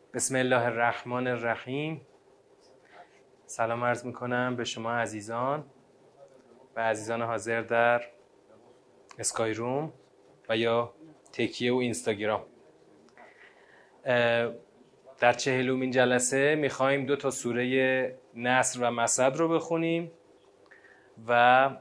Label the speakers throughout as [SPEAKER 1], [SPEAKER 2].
[SPEAKER 1] بسم الله الرحمن الرحیم. سلام عرض میکنم به شما عزیزان و عزیزان حاضر در اسکای روم و یا تکیه و اینستاگرام. در 40مین جلسه میخوایم 2 سوره نصر و مسد رو بخونیم و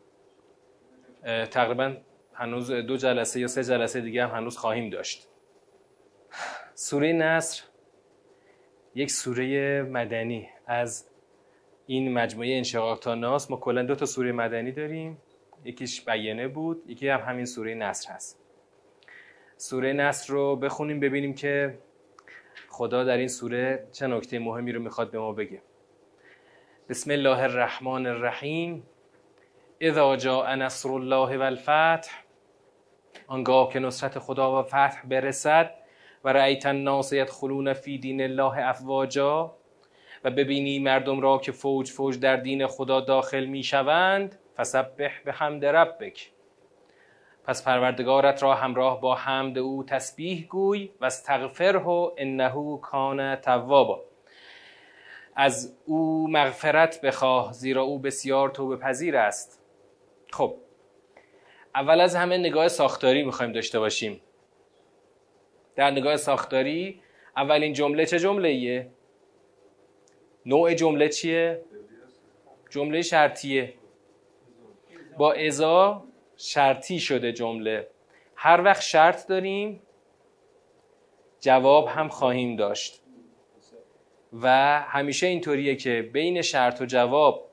[SPEAKER 1] تقریبا هنوز 2 جلسه یا 3 جلسه دیگه هم هنوز خواهیم داشت. سوره نصر یک سوره مدنی از این مجموعه انشقاق تا ناس. ما کلا 2 سوره مدنی داریم، یکیش بیانه بود، یکی هم همین سوره نصر هست. سوره نصر رو بخونیم ببینیم که خدا در این سوره چه نکته مهمی رو میخواد به ما بگه. بسم الله الرحمن الرحیم. اذا جاء نصر الله والفتح، آنگاه که نصرت خدا و فتح برسد، و رأیت الناس یدخلون فی دین الله افواجا، و ببینی مردم را که فوج فوج در دین خدا داخل میشوند، فسبح بحمد ربک، پس پروردگارت را همراه با حمد او تسبیح گوی، و استغفره انه کان توابا، از او مغفرت بخواه زیرا او بسیار توبه پذیر است. خب اول از همه نگاه ساختاری میخوایم داشته باشیم. در نگاه ساختاری اولین جمله چه جمله ایه؟ نوع جمله چیه؟ جمله شرطیه. با اذا شرطی شده جمله. هر وقت شرط داریم جواب هم خواهیم داشت و همیشه اینطوریه که بین شرط و جواب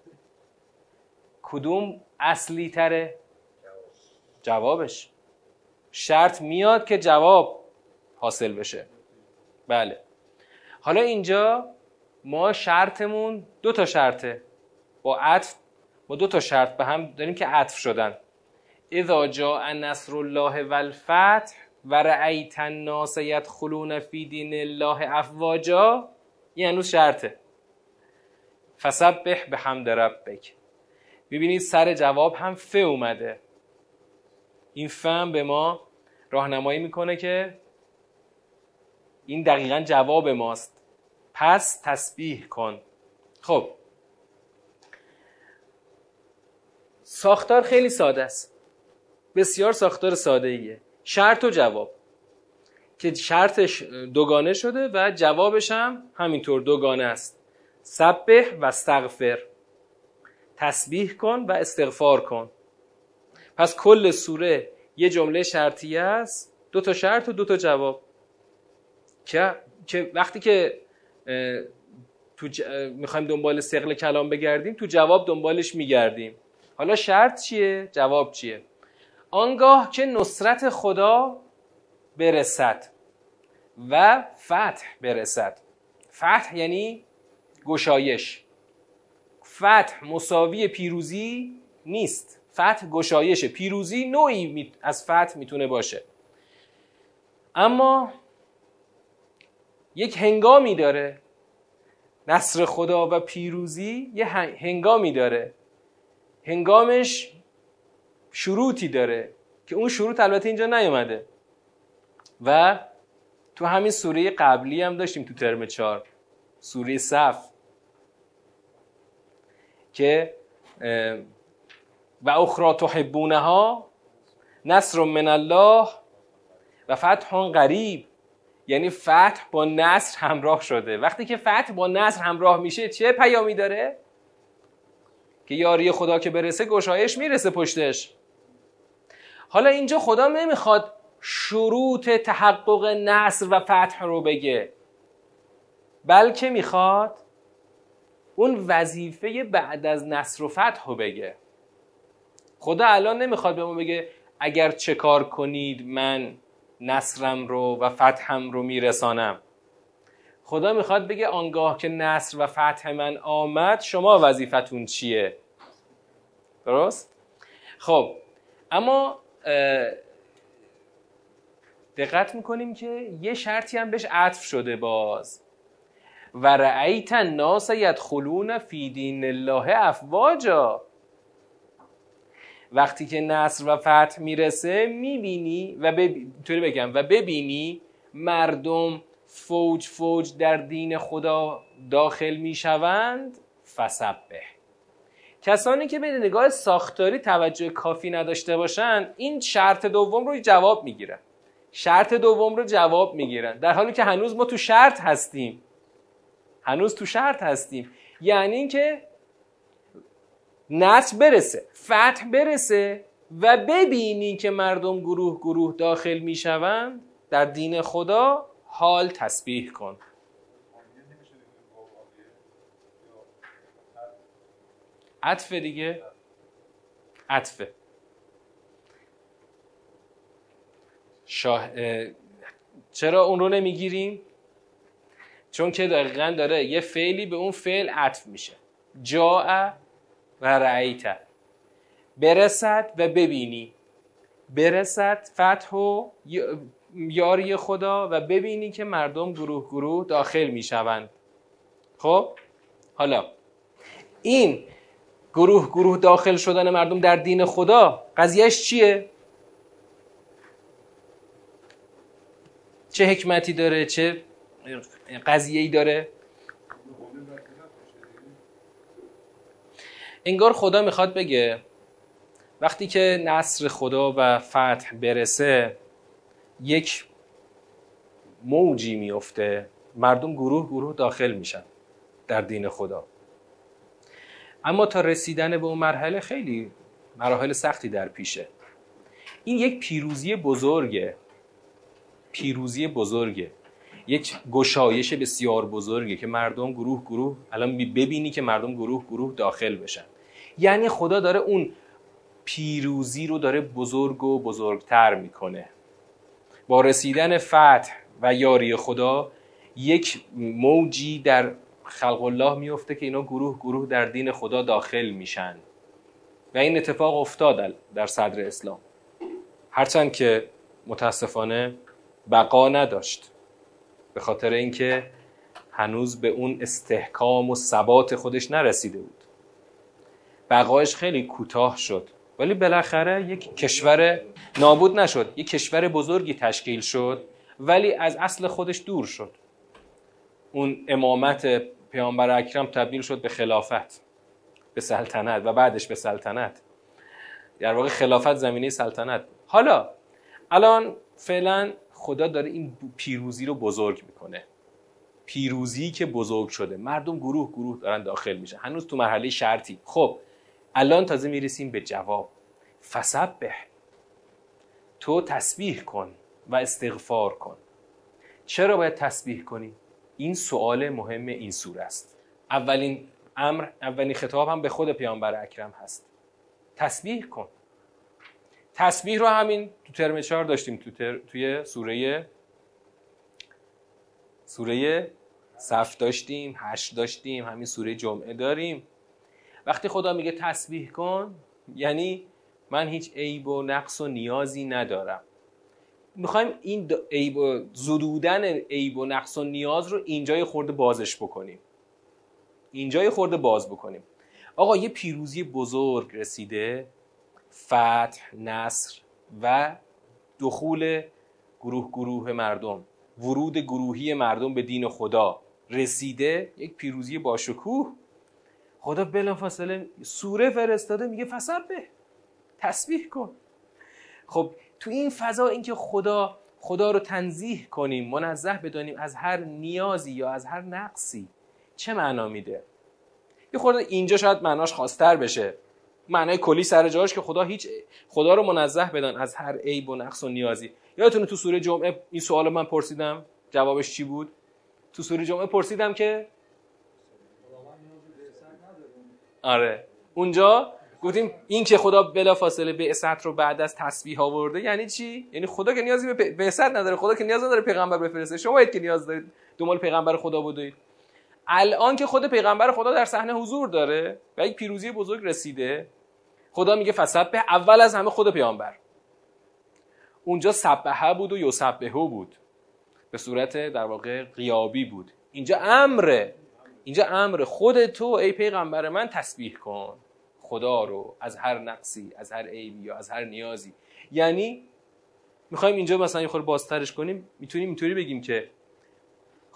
[SPEAKER 1] کدوم اصلی تره؟ جوابش. شرط میاد که جواب حاصل بشه. بله. حالا اینجا ما شرطمون 2 شرطه. با عطف ما 2 شرط به هم داریم که عطف شدن. اذا جاء نصر الله والفتح و رأیت الناس یدخلون فی دین الله افواجا، این هنوز شرطه. فسبح بحمد ربک. ببینید سر جواب هم ف اومده. این ف هم به ما راهنمایی میکنه که این دقیقاً جواب ماست. پس تسبیح کن. خب ساختار خیلی ساده است. بسیار ساختار ساده ایه. شرط و جواب که شرطش 2گانه شده و جوابش هم همینطور 2گانه است. سبح و استغفر. تسبیح کن و استغفار کن. پس کل سوره یه جمله شرطیه است، 2 شرط و 2 جواب که وقتی که میخوایم دنبال ثقل کلام بگردیم تو جواب دنبالش میگردیم. حالا شرط چیه؟ جواب چیه؟ آنگاه که نصرت خدا برسد و فتح برسد. فتح یعنی گشایش. فتح مساوی پیروزی نیست. فتح گشایش. پیروزی نوعی از فتح میتونه باشه، اما یک هنگامی داره. نصر خدا و پیروزی یه هنگامی داره. هنگامش شروطی داره که اون شروط البته اینجا نیومده و تو همین سوره قبلی هم داشتیم تو ترم 4 سوره صف که و اخری تحبونها نصر من الله و فتح قریب، یعنی فتح با نصر همراه شده. وقتی که فتح با نصر همراه میشه چه پیامی داره؟ که یاری خدا که برسه گشایش میرسه پشتش. حالا اینجا خدا نمیخواد شروط تحقق نصر و فتح رو بگه، بلکه میخواد اون وظیفه بعد از نصر و فتح رو بگه. خدا الان نمیخواد به ما بگه اگر چه کار کنید من نصرم رو و فتحم رو میرسانم. خدا میخواد بگه آنگاه که نصر و فتح من آمد شما وظیفتون چیه؟ درست؟ خب اما دقت میکنیم که یه شرطی هم بهش عطف شده باز. و رأیت الناس یدخلون فی دین الله افواجا. وقتی که نصر و فتح میرسه میبینی و ببینی مردم فوج فوج در دین خدا داخل میشوند فسبح. کسانی که به نگاه ساختاری توجه کافی نداشته باشند این شرط دوم رو جواب میگیرن. شرط دوم رو جواب میگیرن در حالی که هنوز ما تو شرط هستیم. هنوز تو شرط هستیم. یعنی اینکه نصر برسه، فتح برسه و ببینی که مردم گروه گروه داخل میشوند در دین خدا، حال تسبیح کن. عطف دیگه، عطفه. چرا اون رو نمیگیریم؟ چون که دقیقاً داره یه فعلی به اون فعل عطف میشه. جاء و رأیت، برسد و ببینی، برسد فتح و یاری خدا و ببینی که مردم گروه گروه داخل میشوند. خب حالا این گروه گروه داخل شدن مردم در دین خدا قضیهش چیه؟ چه حکمتی داره؟ چه قضیه‌ای داره؟ انگار خدا میخواد بگه وقتی که نصر خدا و فتح برسه یک موجی میفته، مردم گروه گروه داخل میشن در دین خدا. اما تا رسیدن به اون مرحله خیلی مراحل سختی در پیشه. این یک پیروزی بزرگه، پیروزی بزرگه، یک گشایش بسیار بزرگه که مردم گروه گروه، الان ببینی که مردم گروه گروه داخل بشن. یعنی خدا داره اون پیروزی رو داره بزرگ و بزرگتر میکنه. با رسیدن فتح و یاری خدا یک موجی در خلق الله میفته که اینا گروه گروه در دین خدا داخل میشن و این اتفاق افتاد در صدر اسلام، هرچند که متاسفانه بقا نداشت به خاطر اینکه هنوز به اون استحکام و ثبات خودش نرسیده بود. بقایش خیلی کوتاه شد ولی بالاخره یک کشور نابود نشد، یک کشور بزرگی تشکیل شد ولی از اصل خودش دور شد. اون امامت پیامبر اکرم تبدیل شد به خلافت، به سلطنت و بعدش به سلطنت. در واقع خلافت زمینه سلطنت. حالا الان فعلا خدا داره این پیروزی رو بزرگ میکنه. پیروزی که بزرگ شده، مردم گروه گروه دارن داخل میشن، هنوز تو مرحله شرطی. خب الان تازه میرسیم به جواب. فسبح، تو تسبیح کن و استغفار کن. چرا باید تسبیح کنی؟ این سوال مهم این سوره است. اولین امر، اولین خطاب هم به خود پیامبر اکرم هست. تسبیح کن. تسبیح رو همین تو ترم 4 داشتیم، توی سوره صف داشتیم، 8 داشتیم، همین سوره جمعه داریم. وقتی خدا میگه تسبیح کن یعنی من هیچ عیب و نقص و نیازی ندارم. میخوایم این زدودن عیب و نقص و نیاز رو اینجای خورده بازش بکنیم. اینجای خورده باز بکنیم. آقا یه پیروزی بزرگ رسیده، فتح، نصر و دخول گروه گروه مردم، ورود گروهی مردم به دین خدا رسیده، یک پیروزی باشکوه. خدا بلافاصله سوره فرستاده میگه فسبح، تسبیح کن. خب تو این فضا اینکه خدا رو تنزیه کنیم، منزه بدانیم از هر نیازی یا از هر نقصی، چه معنا میده؟ یه خورده اینجا شاید معناش خاص‌تر بشه، معنای کلی سر جاش که خدا رو منزه بدان از هر عیب و نقص و نیازی. یادتونه تو سوره جمعه این سوالو من پرسیدم، جوابش چی بود؟ تو سوره جمعه پرسیدم که آره، اونجا گفتیم این که خدا بلافاصله بعثت رو بعد از تسبیح آورده یعنی چی؟ یعنی خدا که نیازی به بعثت نداره، خدا که نیاز نداره پیغمبر بفرسته، شما که نیاز دارید دنبال پیغمبر خدا بودید. الان که خود پیغمبر خدا در صحنه حضور داره و یک پیروزی بزرگ رسیده، خدا میگه فسبح، اول از همه خود پیامبر. اونجا سبحه بود و یسبحه بود، به صورت در واقع غیابی بود. اینجا امر خود تو ای پیغمبر من تسبیح کن خدا رو از هر نقصی، از هر عیبی یا از هر نیازی. یعنی میخوایم اینجا مثلا یه خورده بازترش کنیم، میتونیم اینطوری بگیم که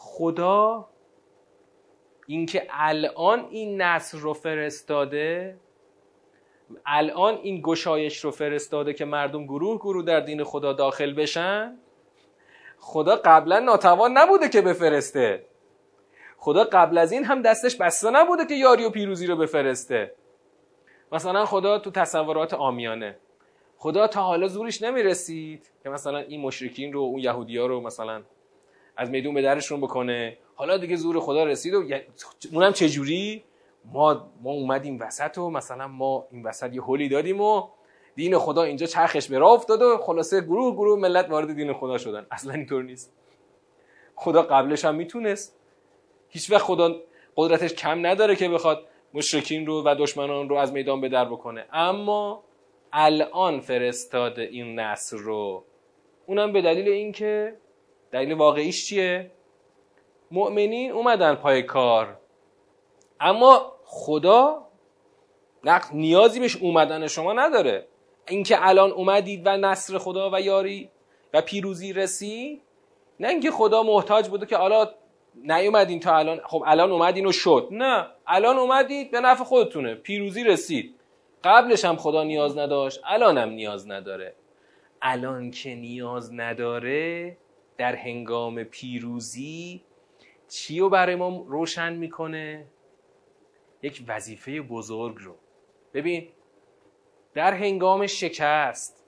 [SPEAKER 1] خدا اینکه الان این نصر رو فرستاده، الان این گشایش رو فرستاده که مردم گروه گروه در دین خدا داخل بشن، خدا قبلا ناتوان نبوده که بفرسته. خدا قبل از این هم دستش بسته نبوده که یاری و پیروزی رو بفرسته. مثلا خدا تو تصورات عامیانه، خدا تا حالا زورش نمیرسید که مثلا این مشرکین رو، اون یهودی‌ها رو مثلا از میدون به درشون بکنه. حالا دیگه زور خدا رسید و اونم چجوری؟ ما اومدیم وسط و مثلا ما این وسط یه هولی دادیم و دین خدا اینجا چرخش به راه افتاد و خلاصه گروه گروه ملت وارد دین خدا شدن. اصلا اینطور نیست. خدا قبلش هم میتونست. هیچ وقت خدا قدرتش کم نداره که بخواد مشرکین رو و دشمنان رو از میدان به در بکنه، اما الان فرستاده این نصر رو. اونم به دلیل اینکه دلیل واقعیش چیه؟ مؤمنین اومدن پای کار، اما خدا نیازی بهش اومدن شما نداره. اینکه الان اومدید و نصر خدا و یاری و پیروزی رسید، نه اینکه خدا محتاج بوده که حالا نیومدین تا الان، خب الان اومدین و شد. نه، الان اومدید به نفع خودتونه، پیروزی رسید. قبلش هم خدا نیاز نداشت، الان هم نیاز نداره. الان که نیاز نداره، در هنگام پیروزی چی رو برای ما روشن میکنه؟ یک وظیفه بزرگ رو. ببین، در هنگام شکست،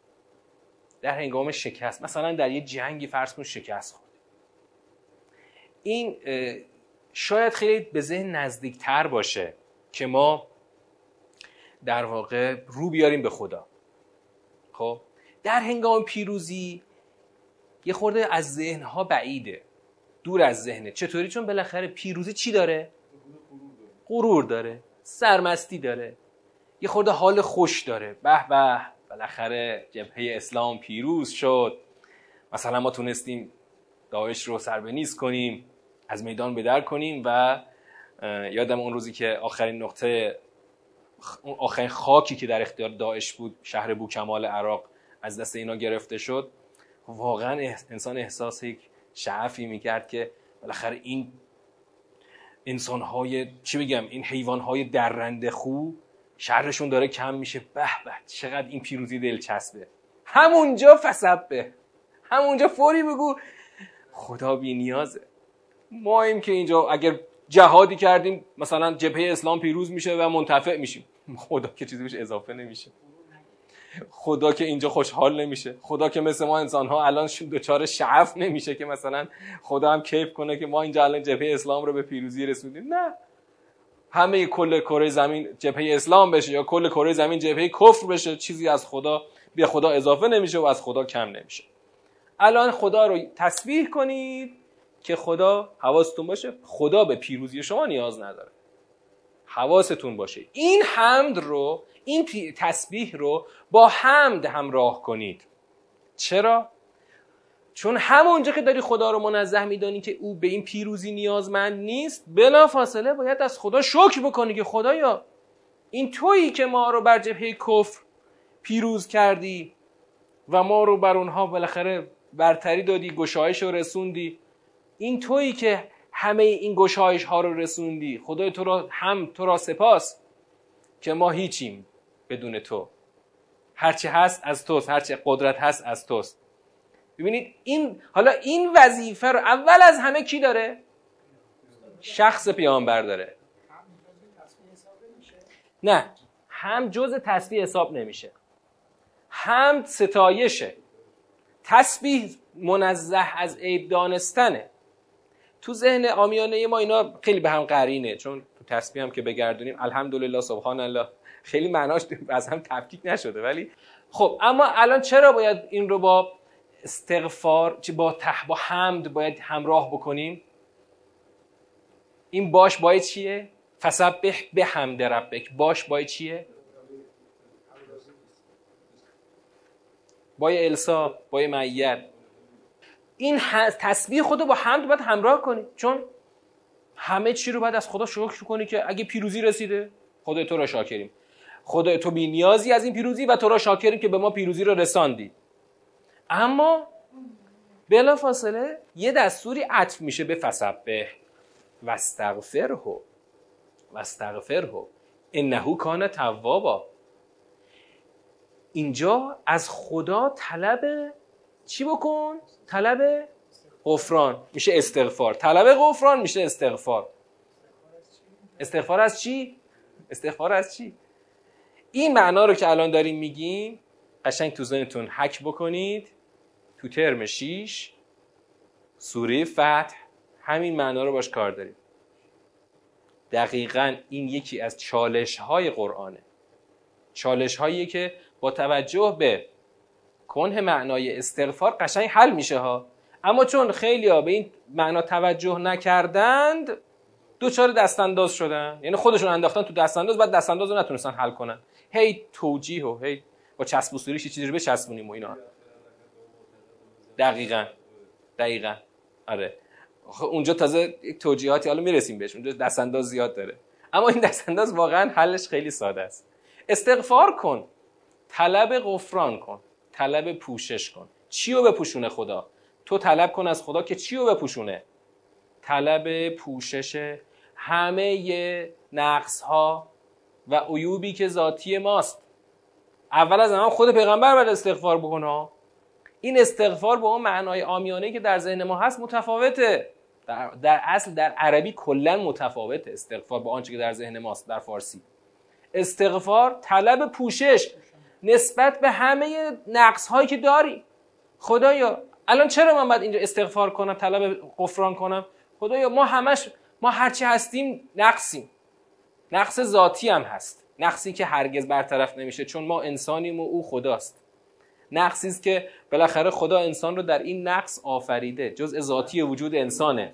[SPEAKER 1] مثلا در یه جنگی فرض کن شکست خورد، این شاید خیلی به ذهن نزدیکتر باشه که ما در واقع رو بیاریم به خدا. خب در هنگام پیروزی یه خورده از ذهنها بعیده، دور از ذهنه. چطوری؟ چون بالاخره پیروزی چی داره؟ غرور داره، سرمستی داره، یه خورده حال خوش داره. به به، بالاخره جبهه اسلام پیروز شد، مثلا ما تونستیم داعش رو سر به نیست کنیم، از میدان به در کنیم. و یادم اون روزی که آخرین خاکی که در اختیار داعش بود، شهر بوکمال عراق، از دست اینا گرفته شد، واقعا انسان احساس یک شعفی میکرد که بالاخره این انسانهای، چی بگم، این حیوانهای درنده خو شرشون داره کم میشه. به به، چقدر این پیروزی دلچسبه. همونجا فسبه، همونجا فوری بگو خدا بی نیازه. ما ایم که اینجا اگر جهادی کردیم مثلا جبهه اسلام پیروز میشه و منتفع میشیم، خدا که چیزی بهش اضافه نمیشه، خدا که اینجا خوشحال نمیشه، خدا که مثل ما انسان ها الان دوچار شعف نمیشه که مثلا خدا هم کیف کنه که ما اینجا الان جبهه اسلام رو به پیروزی رسوندیم. نه، همه کل کره زمین جبهه اسلام بشه یا کل کره زمین جبهه کفر بشه، چیزی از خدا به خدا اضافه نمیشه و از خدا کم نمیشه. الان خدا رو تسبیح کنید که خدا، حواستون باشه، خدا به پیروزی شما نیاز نداره. حواستون باشه این حمد رو، این تسبیح رو با حمد همراه کنید. چرا؟ چون همونجا که داری خدا رو منزه میدانی که او به این پیروزی نیازمند نیست، بلافاصله باید از خدا شکر بکنی که خدایا این تویی که ما رو بر جبهه کفر پیروز کردی و ما رو بر اونها بالاخره برتری دادی، گشایش رو رسوندی. این تویی که همه این گشایش ها رو رسوندی. خدای تو را هم، تو را سپاس که ما هیچیم بدون تو. هرچی هست از توست، هرچی قدرت هست از توست. ببینید حالا این وظیفه رو اول از همه کی داره؟ شخص پیامبر داره. نه، هم جزء تسبیح حساب نمیشه. هم ستایشه. تسبیح منزه از عیب دانستنه. تو ذهن عامیانه ما اینا خیلی به هم قرینه، چون تو تسبیح هم که بگردونیم الحمدلله سبحان الله خیلی معناش از هم تفکیک نشده. ولی خب اما الان چرا باید این رو با استغفار با حمد باید همراه بکنیم؟ این باش باید چیه؟ فسبح بحمد ربک. باش باید چیه؟ باید السا، باید معیت. این تسبیح خودو با حمد باید همراه کنی، چون همه چی رو باید از خدا شکر کنی که اگه پیروزی رسیده خدای تو را شاکریم، خدای تو بی نیازی از این پیروزی و تو را شاکریم که به ما پیروزی رو رساندی. اما بلا فاصله یه دستوری عطف میشه به فسبح واستغفره انه کان توابا. اینجا از خدا طلب چی بکن؟ طلب غفران میشه استغفار، طلب غفران میشه استغفار. استغفار از چی؟ استغفار از چی؟ این معنا رو که الان داریم میگیم قشنگ تو ذهنتون حک بکنید. تو ترم 6 سوره فتح همین معنا رو باش کار داریم. دقیقاً این یکی از چالش‌های قرآنه. چالش‌هایی که با توجه به کنه معنای استغفار قشنگ حل میشه ها، اما چون خیلی‌ها به این معنا توجه نکردند دوچار دستانداز شدن، یعنی خودشون انداختن تو دستانداز، بعد دستانداز رو نتونستن حل کنن. هی توجیه و هی با چسب و سوریش چیزی رو بچسبونیم و اینا. دقیقاً آره. اونجا تازه توجیهاتی حالا میرسیم بهش، اونجا دستانداز زیاد داره، اما این دستانداز واقعا حلش خیلی ساده است. استغفار کن، طلب غفران کن، طلب پوشش کن. چی رو بپوشونه خدا؟ تو طلب کن از خدا که چی رو بپوشونه؟ طلب پوشش همه نقص ها و عیوبی که ذاتی ماست. اول از همه خود پیغمبر باید استغفار بکنه. این استغفار با اون معنای عامیانه‌ای که در ذهن ما هست متفاوته. در اصل در عربی کلا متفاوته استغفار با آنچه که در ذهن ماست. در فارسی استغفار طلب پوشش نسبت به همه نقص هایی که داری. خدایا الان چرا من باید اینجا استغفار کنم، طلب غفران کنم؟ خدایا ما هرچی هستیم نقصیم، نقص ذاتی هم هست، نقصی که هرگز برطرف نمیشه چون ما انسانیم و او خداست. نقصی است که بالاخره خدا انسان رو در این نقص آفریده، جزء ذاتی وجود انسانه.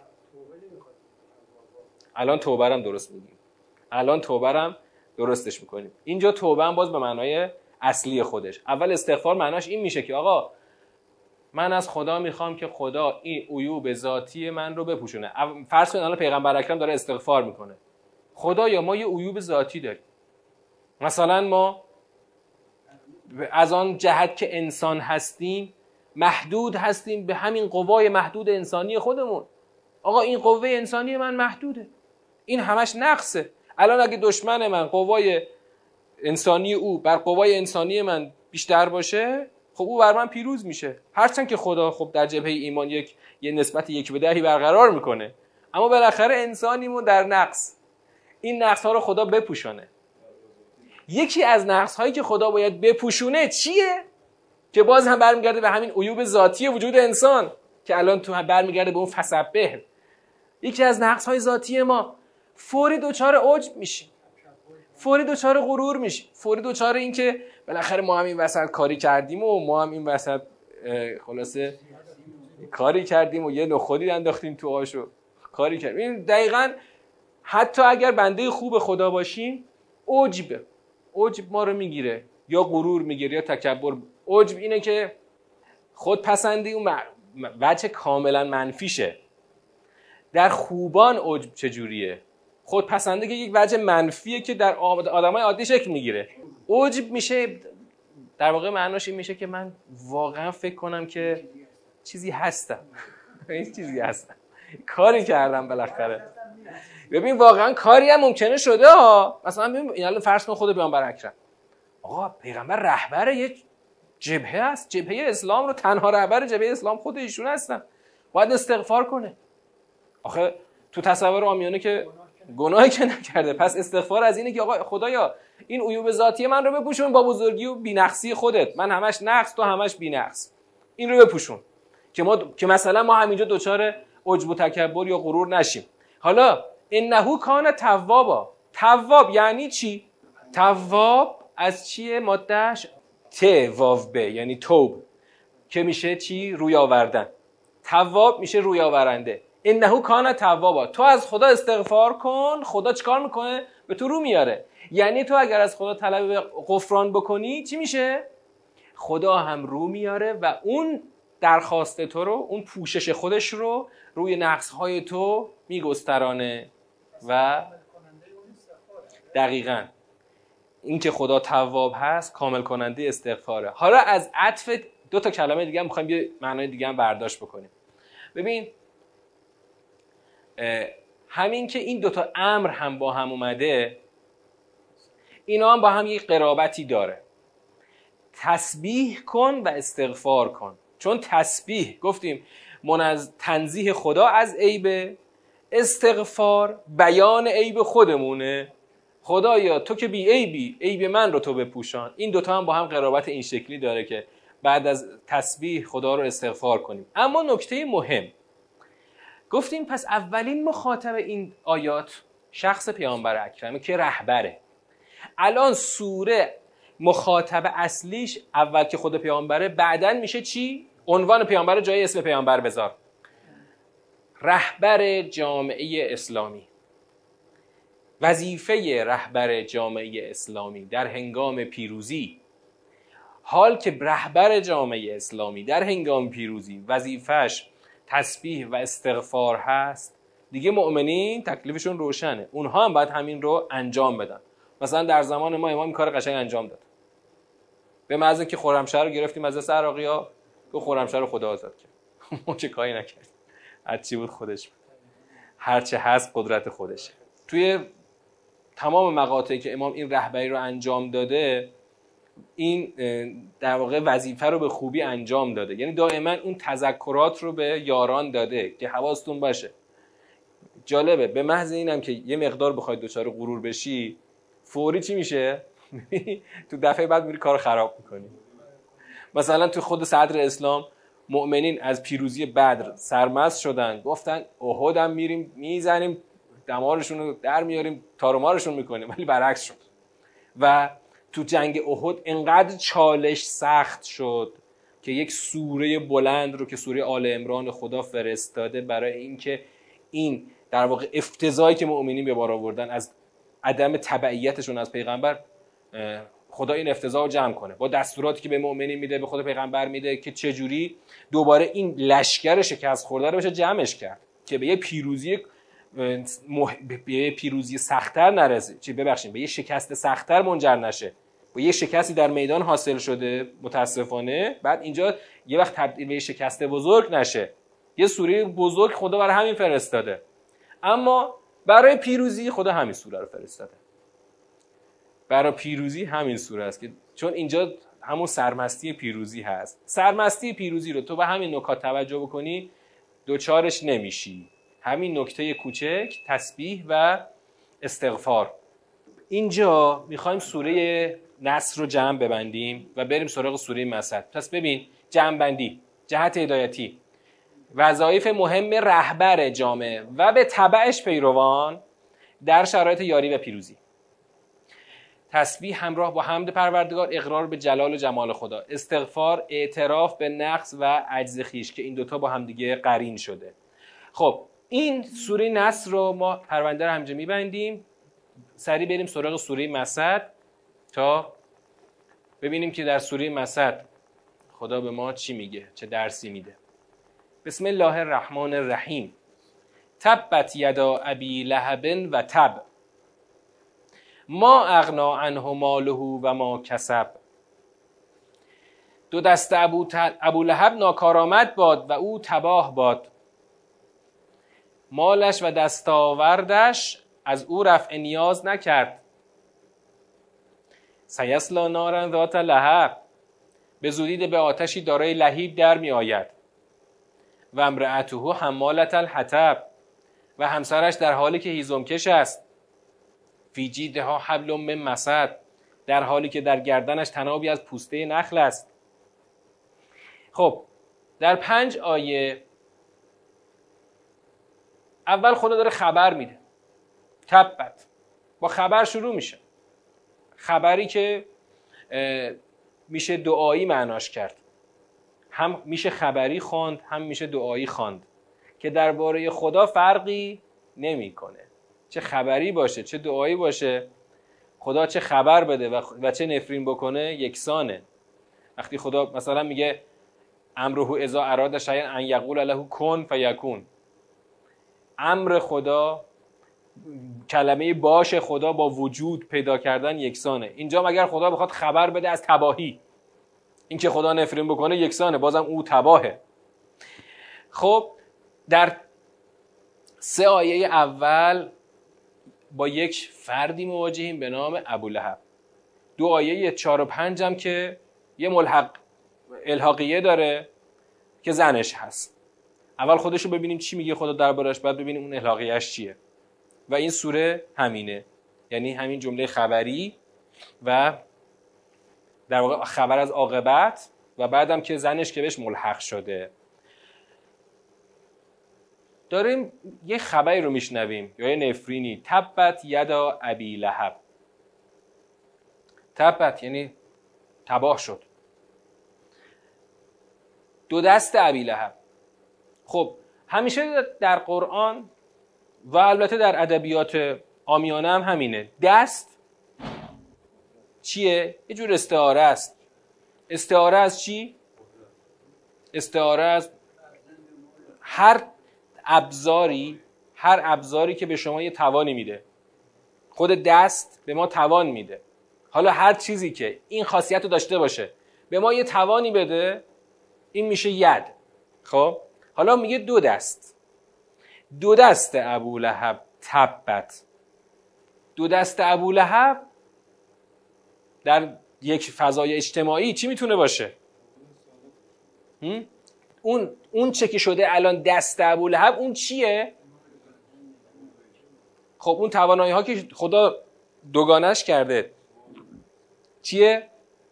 [SPEAKER 1] الان توبرم درست میگیم، الان توبرم درستش میکنیم. اینجا توبه هم باز به معنای اصلی خودش. اول استغفار معناش این میشه که آقا من از خدا میخوام که خدا این عیوب ذاتی من رو بپوشونه. فرض کن الان پیغمبر اکرم داره استغفار میکنه، خدایا ما یه عیوب ذاتی داریم، مثلا ما از آن جهت که انسان هستیم محدود هستیم به همین قوای محدود انسانی خودمون. آقا این قوه انسانی من محدوده، این همش نقصه. الان اگه دشمن من قوای انسانی او بر قوای انسانی من بیشتر باشه، خب او بر من پیروز میشه. هرچند که خدا خب در جبهه ایمان یه نسبت 1/10 برقرار میکنه، اما بالاخره انسانیمون در نقص. این نقص ها رو خدا بپوشونه. یکی از نقص هایی که خدا باید بپوشونه چیه؟ که باز هم برمیگرده به همین عیوب ذاتی وجود انسان که الان تو هم برمیگرده به اون فسبح. یکی از نقص های ذاتی ما فوری دوچار عجب میشیم، فوری دوچار غرور میشیم، فوری دوچار این که بالاخره ما هم این وسط کاری کردیم و ما هم این وسط خلاصه کاری کردیم و یه نخودی انداختیم تو آشو کاری کردیم. این دقیقاً حتی اگر بنده خوب خدا باشیم عجب ما رو میگیره، یا غرور میگیره یا تکبر. عجب اینه که خودپسندی اون وجه کاملا منفیشه. در خوبان عجب چجوریه؟ خودپسندی که یک وجه منفیه که در آدمای عادی شکل میگیره. عجب میشه در واقع معناش این میشه که من واقعا فکر کنم که چیزی هستم این چیزی هستم، کاری کردم بالاخره. ببین واقعا کاری هم ممکنه شده ها. مثلا ببین الان فرض کن خود پیامبر اکرم، آقا پیغمبر رهبر یک جبهه است، جبهه اسلام رو تنها رهبر جبهه اسلام خود ایشون هستن، باید استغفار کنه. آخه تو تصور عامیانه که گناهی که نکرده، پس استغفار از اینه که آقا خدایا این عیوب ذاتی من رو بپوشون با بزرگی و بی‌نقصی خودت، من همش نقص تو همش بی‌نقص، این رو بپوشون که مثلا ما همینجا دوچار عجب و تکبر یا غرور نشیم. حالا انه کان توابا. تواب یعنی چی؟ تواب از چیه مادهش؟ ت واو ب یعنی توب که میشه چی؟ روی آوردن. تواب میشه روی آورنده. انه کان توابا. تو از خدا استغفار کن، خدا چیکار میکنه؟ به تو رو میاره. یعنی تو اگر از خدا طلب غفران بکنی چی میشه؟ خدا هم رو میاره و اون درخواست تو رو، اون پوشش خودش رو روی نقصهای تو میگسترانه. و دقیقاً این که خدا تواب هست کامل کننده استغفاره. حالا از عطف دو تا کلمه دیگه هم میخوایم یه معنای دیگه هم برداشت بکنیم. ببین همین که این دوتا امر هم با هم اومده، اینا هم با هم یک قرابتی داره. تسبیح کن و استغفار کن. چون تسبیح گفتیم تنزیه خدا از عیب، استغفار بیان عیب خودمونه. خدایا تو که بی عیبی، عیب من رو تو بپوشان. این دوتا هم با هم قرابت این شکلی داره که بعد از تسبیح خدا رو استغفار کنیم. اما نکته مهم، گفتیم پس اولین مخاطب این آیات شخص پیامبر اکرمه که رهبره. الان سوره مخاطب اصلیش اول که خود پیامبره، بعدن میشه چی؟ عنوان پیامبر جای اسم پیامبر بذار. رهبر جامعه اسلامی. وظیفه رهبر جامعه اسلامی در هنگام پیروزی، حال که رهبر جامعه اسلامی در هنگام پیروزی وظیفهش تسبیح و استغفار هست، دیگه مؤمنین تکلیفشون روشنه. اونها هم باید همین رو انجام بدن. مثلا در زمان ما امام این کار قشنگ انجام داد. به محض اینکه خرمشهر رو گرفتیم از دست عراقی‌ها، تو خرمشهر رو خدا آزاد کرد. ما چه کاری نکرد. هر چی بود خودش بود. هر چه هست قدرت خودشه. توی تمام مقاطعی که امام این رهبری رو انجام داده، این در واقع وظیفه رو به خوبی انجام داده. یعنی دائما اون تذکرات رو به یاران داده که حواستون باشه. جالبه، به محض اینم که یه مقدار بخواید دچار غرور بشی، فوری چی میشه؟ تو دفعه بعد میری کارو خراب میکنی. مثلا تو خود صدر اسلام مؤمنین از پیروزی بدر سرمست شدن، گفتن احد هم میریم میزنیم، دمارشون رو در میاریم، تارومارشون میکنیم، ولی برعکس شد. و تو جنگ احد انقدر چالش سخت شد که یک سوره بلند رو که سوره آل عمران خدا فرستاده برای اینکه این در واقع افتضاحی که مؤمنین به بار آوردن از عدم تبعیتشون از پیغمبر، خدا این افتضاح رو جمع کنه با دستوراتی که به مؤمنین میده، به خود پیغمبر میده که چجوری دوباره این لشکر شکست خورده رو بشه جمعش کرد که به یه پیروزی سخت‌تر نرسه، به یه شکست سخت‌تر منجر نشه. با یه شکستی در میدان حاصل شده متاسفانه، بعد اینجا یه وقت تبدیل به یه شکست بزرگ نشه. یه سوره بزرگ خدا برای همین فرستاده، اما برای پیروزی خدا همین سوره رو فرستاده. برای پیروزی همین سوره است که چون اینجا همون سرمستی پیروزی هست. سرمستی پیروزی رو تو به همین نکات توجه بکنی دوچارش نمیشی. همین نکته کوچک، تسبیح و استغفار. اینجا میخوایم سوره نصر رو جمع ببندیم و بریم سراغ سوره مسد. پس ببین، جمع بندی، جهت هدایتی، وظایف مهم رهبر جامعه و به تبعش پیروان در شرایط یاری و پیروزی. تسبیح همراه با حمد پروردگار، اقرار به جلال و جمال خدا. استغفار، اعتراف به نقص و عجز خویش که این دوتا با هم دیگه قرین شده. خب این سوره نصر رو ما پرونده رو همینجا میبندیم، سریع بریم سراغ سوره مسد تا ببینیم که در سوره مسد خدا به ما چی میگه، چه درسی میده. بسم الله الرحمن الرحیم. تبت یدا ابی لهب و تب ما اغنا عنه ماله و ما کسب. دو دست ابو لهب ناکارآمد باد و او تباه باد. مالش و دستاوردش از او رفع نیاز نکرد. سیصلی نارا ذات لهب، به زودی به آتشی دارای لهیب در می آید. و امرأته حمالة الحطب، و همسرش در حالی که هیزمکش است. فی جیدها حبل من مسد، در حالی که در گردنش طنابی از پوسته نخل است. خب در 5 آیه اول خدا داره خبر میده. تبت، با خبر شروع میشه. خبری که میشه دعایی معناش کرد. هم میشه خبری خواند، هم میشه دعایی خواند که درباره خدا فرقی نمیکنه. چه خبری باشه چه دعایی باشه، خدا چه خبر بده و چه نفرین بکنه یکسانه. وقتی خدا مثلا میگه امره اذا اراد شیئا ان یقول له کن فیکون، امر خدا، کلمه باش خدا با وجود پیدا کردن یکسانه. اینجا مگر خدا بخواد خبر بده از تباهی، این که خدا نفرین بکنه یکسانه، بازم او تباهه. خب در 3 آیه اول با یک فردی مواجهیم به نام ابولهب. 2 آیه 4 و 5 هم که یه الحاقیه داره که زنش هست. اول خودشو ببینیم چی میگه خدا دربارش، بعد ببینیم اون الحاقیه‌اش چیه. و این سوره همینه، یعنی همین جمله خبری و در واقع خبر از عاقبت و بعدم که زنش که بهش ملحق شده. داریم یه خبری رو میشنویم یا یه نفرینی، تبت یدا ابی لهب. تبت یعنی تباه شد، 2 دست ابی لهب. خب همیشه در قرآن و البته در ادبیات عامیانه هم همینه، دست چیه؟ یه جور استعاره است. استعاره از چی؟ استعاره از هر ابزاری که به شما یه توانی میده. خود دست به ما توان میده. حالا هر چیزی که این خاصیت رو داشته باشه به ما یه توانی بده، این میشه ید. خب حالا میگه 2 دست. 2 دست ابولهب تبت. 2 دست ابولهب در یک فضای اجتماعی چی میتونه باشه؟ اون چه که شده الان دست ابولهب، اون چیه؟ خب اون توانایی ها که خدا دوگانش کرده چیه؟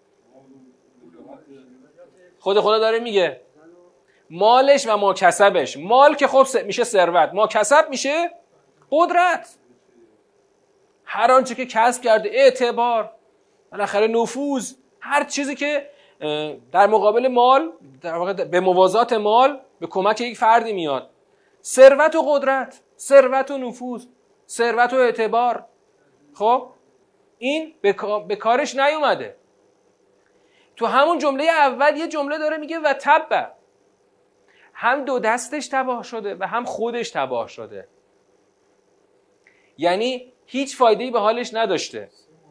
[SPEAKER 1] خدا داره میگه مالش و ماکسبش. مال که خب میشه ثروت، ماکسب میشه قدرت. هر آنچه که کسب کرده، اعتبار، بالاخره نفوذ، هر چیزی که در مقابل مال، در واقع به موازات مال به کمک یک فردی میاد. ثروت و قدرت، ثروت و نفوذ، ثروت و اعتبار. خب این به کارش نیومده. تو همون جمله اول یه جمله داره میگه و تبع، هم 2 دستش تباه شده و هم خودش تباه شده. یعنی هیچ فایده‌ای به حالش نداشته.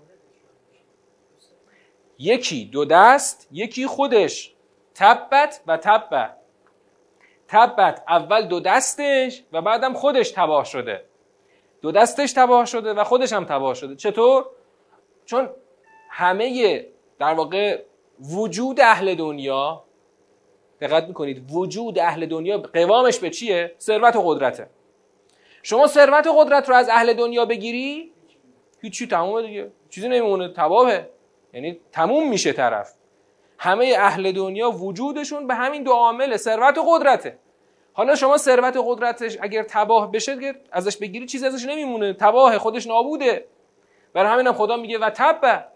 [SPEAKER 1] یکی 2 دست، یکی خودش. تبت و تبع. تبت اول 2 دستش و بعدم خودش تباه شده. 2 دستش تباه شده و خودش هم تباه شده. چطور؟ چون همه در واقع وجود اهل دنیا، دقت میکنید وجود اهل دنیا قوامش به چیه؟ ثروت و قدرته. شما ثروت و قدرت رو از اهل دنیا بگیری هیچی، تمومه دیگه، چیزی نمیمونه، تباهه. یعنی تموم میشه طرف. همه اهل دنیا وجودشون به همین 2 عامل ثروت و قدرته. حالا شما ثروت و قدرتش اگر تباه بشه دیگه ازش بگیری چیزی ازش نمیمونه، تباهه، خودش نابوده. برای همینم خدا میگه و تبع،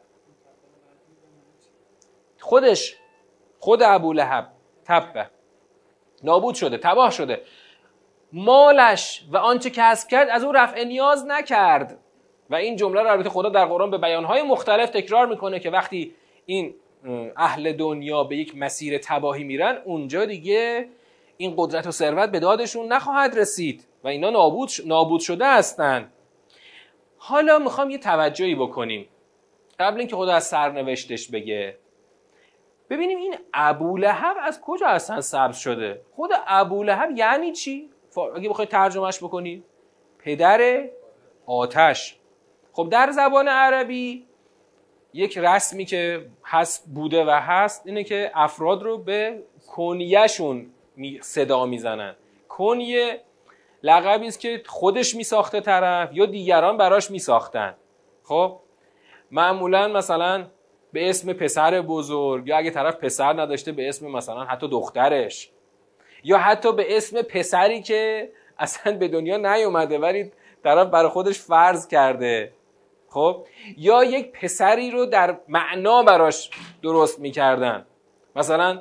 [SPEAKER 1] خود ابولهب تبع نابود شده، تباه شده. مالش و آنچه که کسب کرد از او رفع نیاز نکرد. و این جمله رو البته خدا در قرآن به بیانهای مختلف تکرار میکنه که وقتی این اهل دنیا به یک مسیر تباهی میرن، اونجا دیگه این قدرت و ثروت به دادشون نخواهد رسید و اینا نابود شده هستن. حالا میخوام یه توجهی بکنیم قبل اینکه خدا از سرنوشتش بگه. ببینیم این ابولهب از کجا اصلا سبز شده. خود ابولهب یعنی چی؟ اگه بخواید ترجمهش بکنید، پدر آتش. خب در زبان عربی یک رسمی که بوده و هست اینه که افراد رو به کنیه‌شون صدا میزنن. کنیه لقبی است که خودش میساخته طرف یا دیگران براش میساختن. خب معمولا مثلا به اسم پسر بزرگ، یا اگه طرف پسر نداشته به اسم مثلا حتی دخترش، یا حتی به اسم پسری که اصلا به دنیا نیومده ولی طرف برای خودش فرض کرده. خب یا یک پسری رو در معنا براش درست میکردن. مثلا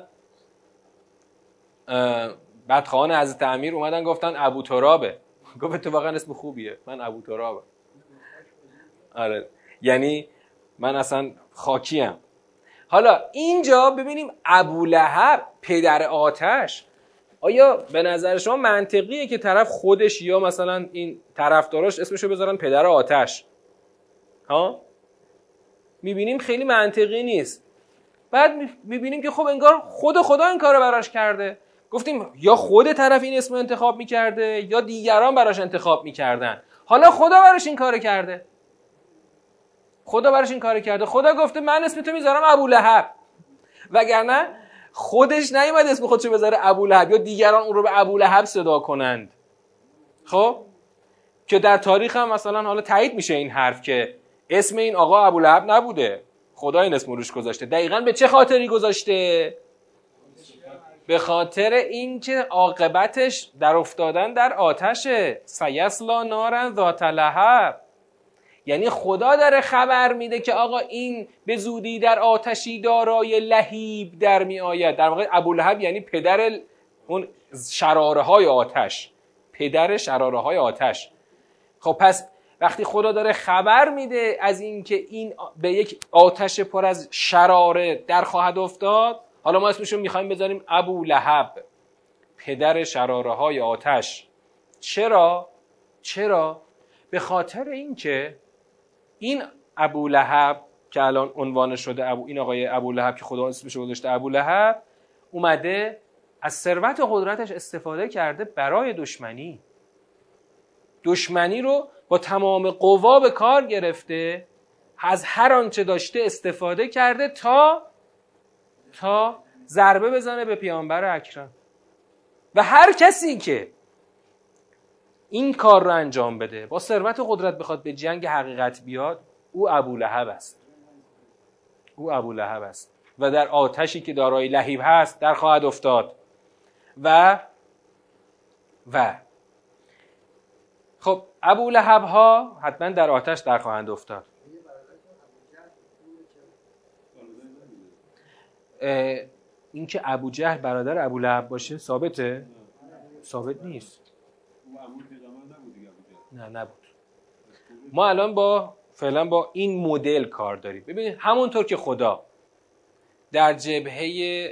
[SPEAKER 1] بدخوان حضرت امیر اومدن گفتن ابو ترابه. گفت تو واقعا اسم خوبیه، من ابو ترابه. آره یعنی من اصلا خاکیم. حالا اینجا ببینیم ابولهب پدر آتش. آیا به نظر شما منطقیه که طرف خودش یا مثلا این طرفداراش اسمشو بذارن پدر آتش؟ ها؟ میبینیم خیلی منطقی نیست. بعد میبینیم که خب انگار خدا این کارو براش کرده. گفتیم یا خود طرف این اسم رو انتخاب میکرده یا دیگران براش انتخاب میکردن. حالا خدا براش این کارو کرده. خدا گفته من اسم تو میذارم ابولهب، وگرنه خودش نیومد اسم خودشو بذاره ابولهب یا دیگران اون رو به ابولهب صدا کنند. خب که در تاریخ هم مثلا حالا تایید میشه این حرف که اسم این آقا ابولهب نبوده، خدا این اسم روش گذاشته. دقیقاً به چه خاطری گذاشته؟ به خاطر اینکه عاقبتش در افتادن در آتشه. سیصلی نارا ذات لهب. یعنی خدا داره خبر میده که آقا این به زودی در آتشی دارای لهیب در می آید. در واقع ابولهب یعنی پدر اون شراره های آتش، پدر شراره های آتش. خب پس وقتی خدا داره خبر میده از این که این به یک آتش پر از شراره در خواهد افتاد، حالا ما اسمشو میخوایم بذاریم ابولهب، پدر شراره های آتش. چرا؟ به خاطر اینکه این ابولهب که الان عنوان شده این آقای ابولهب که خدا اسمشو گذاشته ابولهب، اومده از ثروت و قدرتش استفاده کرده برای دشمنی رو با تمام قوا به کار گرفته، از هر آنچه داشته استفاده کرده تا ضربه بزنه به پیامبر اکرم. و هر کسی که این کار رو انجام بده، با ثروت و قدرت بخواد به جنگ حقیقت بیاد، او ابولهب است و در آتشی که دارای لهیب هست در خواهد افتاد. و خب ابولهب ها حتما در آتش در خواهند افتاد. این که ابوجهل برادر ابولهب باشه ثابته؟ ثابت نیست. نه نبود. ما الان فعلا با این مدل کار داریم. ببینید همونطور که خدا در جبهه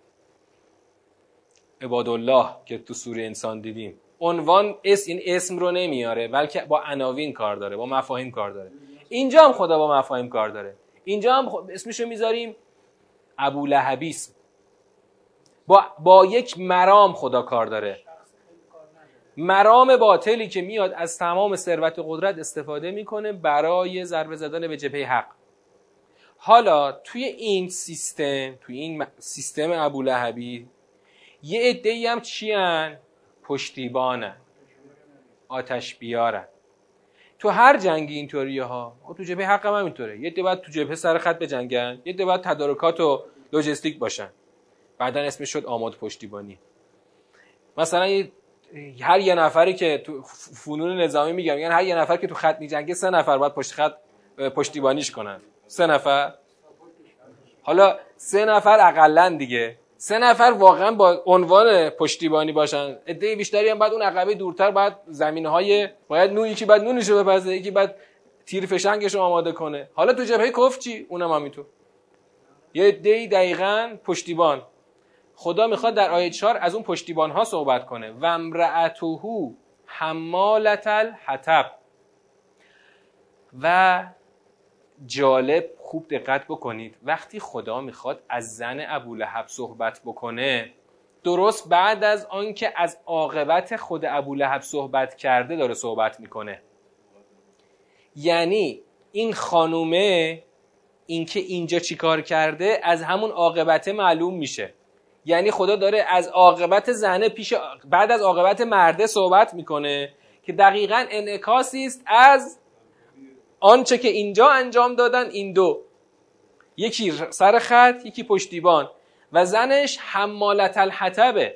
[SPEAKER 1] عبادالله که تو سوره انسان دیدیم عنوان این اسم رو نمیاره، بلکه با عناوین کار داره، با مفاهیم کار داره. اینجا هم خدا با مفاهیم کار داره. اینجا هم اسمشو میذاریم ابولهبیسم. با یک مرام خدا کار داره، مرام باطلی که میاد از تمام ثروت و قدرت استفاده میکنه برای ضربه زدن به جبهه حق. حالا توی این سیستم ابولهبی یه عده‌ای هم چیان؟ پشتیبانن، آتش بیارن. تو هر جنگی اینطوریه ها. تو جبهه حق هم اینطوره. یه عده باید تو جبهه سر خط بجنگن، یه عده باید تدارکات و لوجستیک باشن. بعدن اسمش شد آماده پشتیبانی. مثلا هر یه نفری که تو فنون نظامی میگن هر یه نفر که تو خط میجنگه 3 نفر باید پشت خط پشتیبانیش کنن. 3 نفر. حالا 3 نفر اقلن دیگه. 3 نفر واقعا با عنوان پشتیبانی باشن. عده بیشتری هم بعد اون عقبه دورتر بعد زمینهای باید یکی بعد نونشو بپزه، یکی بعد تیر فشنگشو آماده کنه. حالا تو جبهه کف چی؟ اونم همینطور. یه عده دقیقاً پشتیبان. خدا میخواد در آیه 4 از اون پشتیبان ها صحبت کنه. و امرأته حمالة الحطب. و جالب، خوب دقت بکنید، وقتی خدا میخواد از زن ابولهب صحبت بکنه، درست بعد از آن که از عاقبت خود ابولهب صحبت کرده داره صحبت میکنه. یعنی این خانومه این که اینجا چی کار کرده از همون عاقبت معلوم میشه. یعنی خدا داره از عاقبت زنه بعد از عاقبت مرده صحبت میکنه که دقیقاً انعکاسی است از آنچه که اینجا انجام دادن این دو. یکی سر خط، یکی پشتیبان. و زنش حمالة الحطب.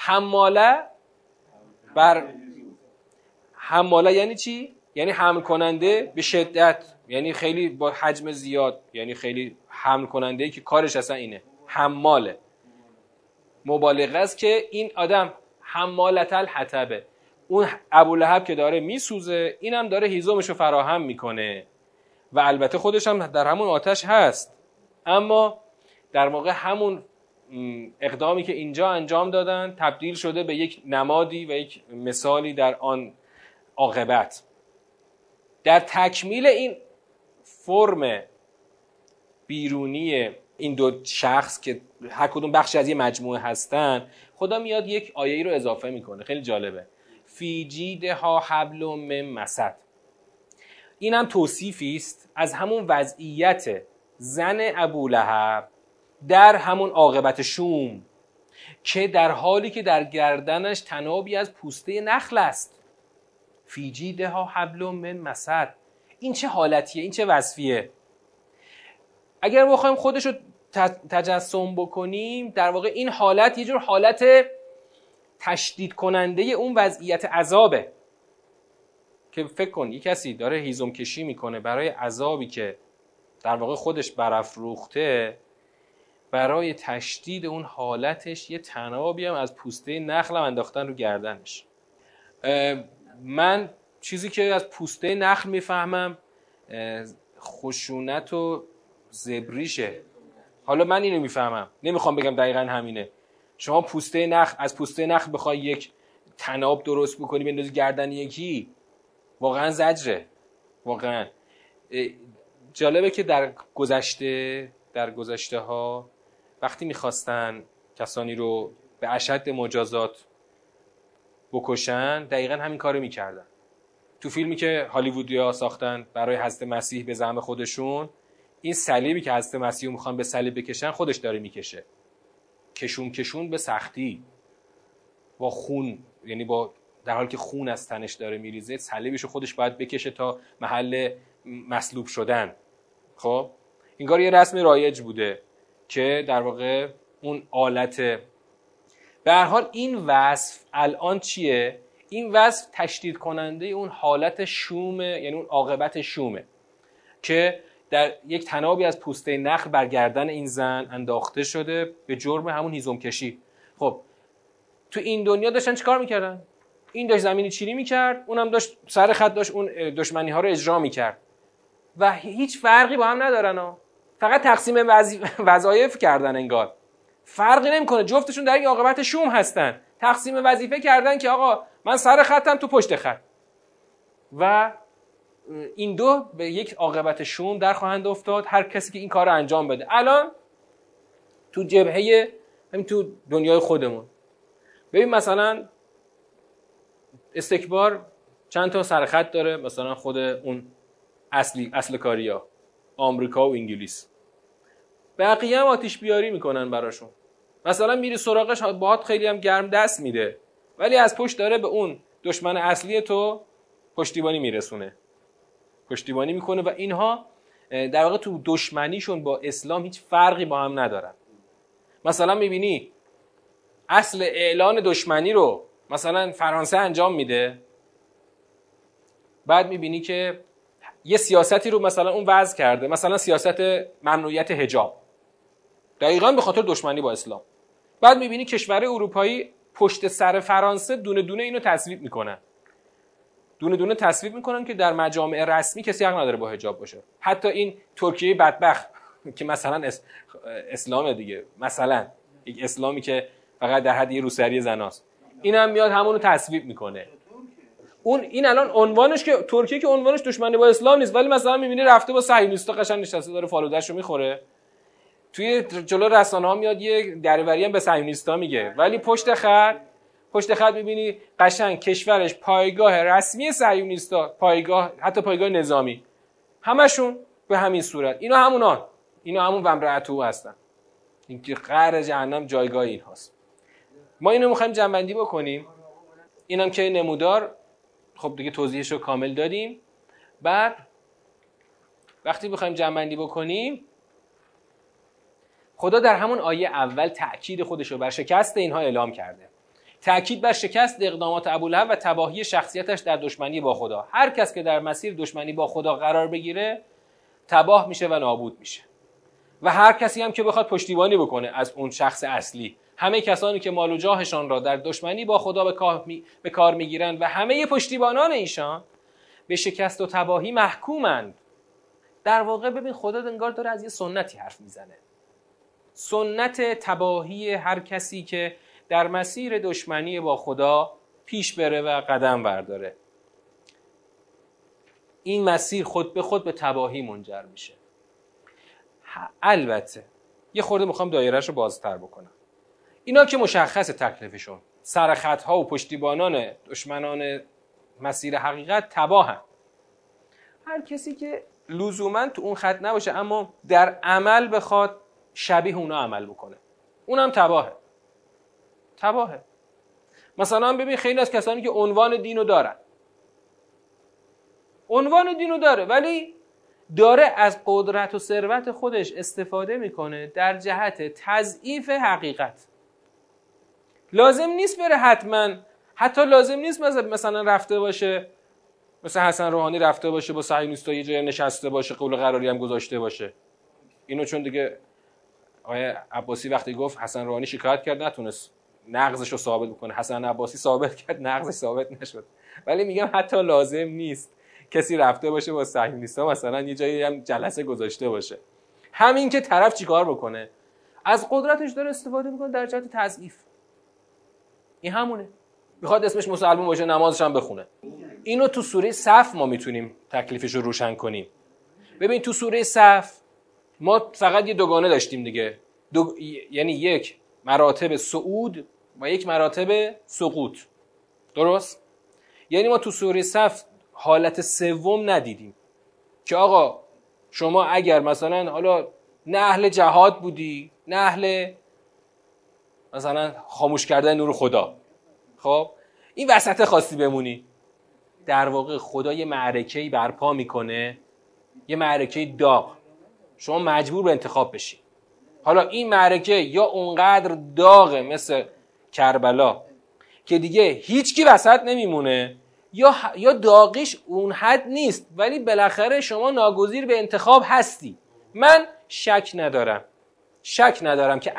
[SPEAKER 1] حماله یعنی چی؟ یعنی حمل کننده به شدت، یعنی خیلی با حجم زیاد، یعنی خیلی حمل کننده که کارش اصلا اینه. حماله مبالغه است که این آدم حمالة الحطب، اون ابولهب که داره میسوزه، اینم داره هیزمشو فراهم میکنه و البته خودش هم در همون آتش هست. اما در واقع همون اقدامی که اینجا انجام دادن تبدیل شده به یک نمادی و یک مثالی در آن عاقبت. در تکمیل این فرم بیرونی این دو شخص که هر کدوم بخشی از یه مجموعه هستن، خدا میاد یک آیه‌ای رو اضافه میکنه. خیلی جالبه. فی جیدها حبل من مسد. این هم توصیفی است از همون وضعیت زن ابولهب در همون عاقبت شوم که در حالی که در گردنش تنابی از پوسته نخل است. فی جیدها حبل من مسد. این چه حالتیه؟ این چه وصفیه؟ اگر بخوایم خودش رو تجسم بکنیم، در واقع این حالت یه جور حالت تشدید کننده اون وضعیت عذابه که فکر کن یک کسی داره هیزم کشی میکنه برای عذابی که در واقع خودش برافروخته، برای تشدید اون حالتش یه تنابی هم از پوسته نخل هم انداختن رو گردنش. من چیزی که از پوسته نخل میفهمم خشونت و زبریشه. حالا من اینو میفهمم، نمیخوام بگم دقیقا همینه. شما پوسته نخل، از پوسته نخل بخوای یک تناب درست بکنی بندازی گردن یکی، واقعا زجره. واقعا جالبه که در گذشته ها وقتی میخواستن کسانی رو به اشد مجازات بکشن، دقیقا همین کارو میکردن. تو فیلمی که هالیوودیا ساختن برای حضرت مسیح به زعم خودشون، این صلیبی که حضرت مسیح رو میخوان به صلیب بکشن خودش داره میکشه، کشون به سختی، با خون، یعنی با در حالی که خون از تنش داره میریزه، صلیبش رو خودش باید بکشه تا محل مصلوب شدن. خب انگار یه رسم رایج بوده که در واقع اون آلت. به هر حال این وصف الان چیه؟ این وصف تشدید کننده اون حالت شومه، یعنی اون عاقبت شومه که در یک تنابی از پوسته نخل بر گردن این زن انداخته شده به جرم همون هیزم کشی. خب تو این دنیا داشتن چیکار میکردن؟ این داشت زمینی چینی میکرد، اونم داشت سر خط داشت اون دشمنی ها رو اجرا میکرد و هیچ فرقی با هم ندارن ها. فقط تقسیم وظایف کردن، انگار فرقی نمیکنه، جفتشون در این عاقبت شوم هستن. تقسیم وظیفه کردن که آقا من سر خطم، تو پشت خط، و این دو به یک عاقبت شوم در خواهند افتاد، هر کسی که این کار رو انجام بده. الان تو جبهه همین تو دنیای خودمون ببین، مثلا استکبار چند تا سرخط داره، مثلا خود اون اصل کاریا آمریکا و انگلیس، بقیه هم آتیش بیاری میکنن براشون. مثلا میری سراغش، باهات خیلی هم گرم دست میده، ولی از پشت داره به اون دشمن اصلی تو پشتیبانی میرسونه، پشتیبانی میکنه، و اینها در واقع تو دشمنیشون با اسلام هیچ فرقی با هم ندارن. مثلا میبینی اصل اعلان دشمنی رو مثلا فرانسه انجام میده، بعد میبینی که یه سیاستی رو مثلا اون وضع کرده، مثلا سیاست ممنوعیت حجاب، دقیقاً به خاطر دشمنی با اسلام. بعد میبینی کشور اروپایی پشت سر فرانسه دونه دونه اینو تصویب میکنن، دونه دونه تصویب میکنن که در مجامع رسمی کسی حق نداره با حجاب باشه. حتی این ترکیه بدبخت که مثلا اسلام دیگه، مثلا یک اسلامی که فقط در حد یه روسری زناست، اینم میاد همونو تصویب میکنه. این الان عنوانش که ترکیه که عنوانش دشمنی با اسلام نیست، ولی مثلا میبینی رفته با صهیونیستا قشنگ نشسته داره فالوده‌شو میخوره، توی جلو رسانه‌ها میاد یه دریوری هم به صهیونیستا میگه، ولی پشت خط میبینی قشنگ کشورش پایگاه رسمی صهیونیستا، پایگاه، حتی پایگاه نظامی، همشون به همین صورت. اینا همون ومرأته هستن، این که قعر جهنم جایگاه اینهاست. ما اینو می‌خوایم جمع‌بندی بکنیم. اینم که نمودار، خب دیگه توضیحش رو کامل دادیم. بعد وقتی بخوایم جمع‌بندی بکنیم، خدا در همون آیه اول تأکید خودش رو بر شکست اینها اعلام کرده. تأکید بر شکست اقدامات ابولهب و تباهی شخصیتش در دشمنی با خدا. هر کس که در مسیر دشمنی با خدا قرار بگیره تباه میشه و نابود میشه، و هر کسی هم که بخواد پشتیبانی بکنه از اون شخص اصلی، همه کسانی که مال و جاهشان را در دشمنی با خدا به کار میگیرند و همه پشتیبانان ایشان به شکست و تباهی محکومند. در واقع ببین خدا انگار داره از یه سنتی حرف میزنه، سنت تباهی هر کسی که در مسیر دشمنی با خدا پیش بره و قدم برداره. این مسیر خود به خود به تباهی منجر میشه. البته یه خورده میخوام دایره‌اش رو بازتر بکنم. اینا که مشخص تکلیفشون، سرخطها و پشتیبانان دشمنان مسیر حقیقت تباهن. هر کسی که لزوما تو اون خط نباشه اما در عمل بخواد شبیه اونا عمل بکنه، اونم تباهه. مثلا ببین خیلی از کسانی که عنوان دینو دارن، عنوان دینو داره ولی داره از قدرت و ثروت خودش استفاده میکنه در جهت تضعیف حقیقت. لازم نیست بره حتی لازم نیست مثلا رفته باشه، مثلا حسن روحانی رفته باشه با صهیونیست‌ها یه جای نشسته باشه، قول قراری هم گذاشته باشه. اینو چون دیگه آقای عباسی وقتی گفت حسن روحانی شکایت کرد نتونست نقضش رو ثابت بکنه، حسن عباسی ثابت کرد نقضش ثابت نشد. ولی میگم حتی لازم نیست کسی رفته باشه با صهیونیست‌ها مثلا یه جایی هم جلسه گذاشته باشه. همین که طرف چیکار بکنه، از قدرتش داره استفاده میکنه در جهت تضعیف. این همونه. میخواد اسمش مسلمان باشه نمازش هم بخونه. اینو تو سوره صف ما میتونیم تکلیفش رو روشن کنیم. ببین تو سوره صف ما فقط یه دوگانه داشتیم دیگه، یعنی یک مراتب صعود و یک مراتب سقوط. درست؟ یعنی ما تو سوره صف حالت سوم ندیدیم که آقا شما اگر مثلا حالا نه اهل جهاد بودی، نه اهل مثلا خاموش کردن نور خدا، خب این وسط خواستی بمونی. در واقع خدا یه معرکه‌ای برپا میکنه، یه معرکه داغ، شما مجبور به انتخاب بشی. حالا این معرکه یا اونقدر داغه مثل کربلا که دیگه هیچکی وسط نمیمونه، یا داغیش اون حد نیست ولی بالاخره شما ناگزیر به انتخاب هستی. من شک ندارم که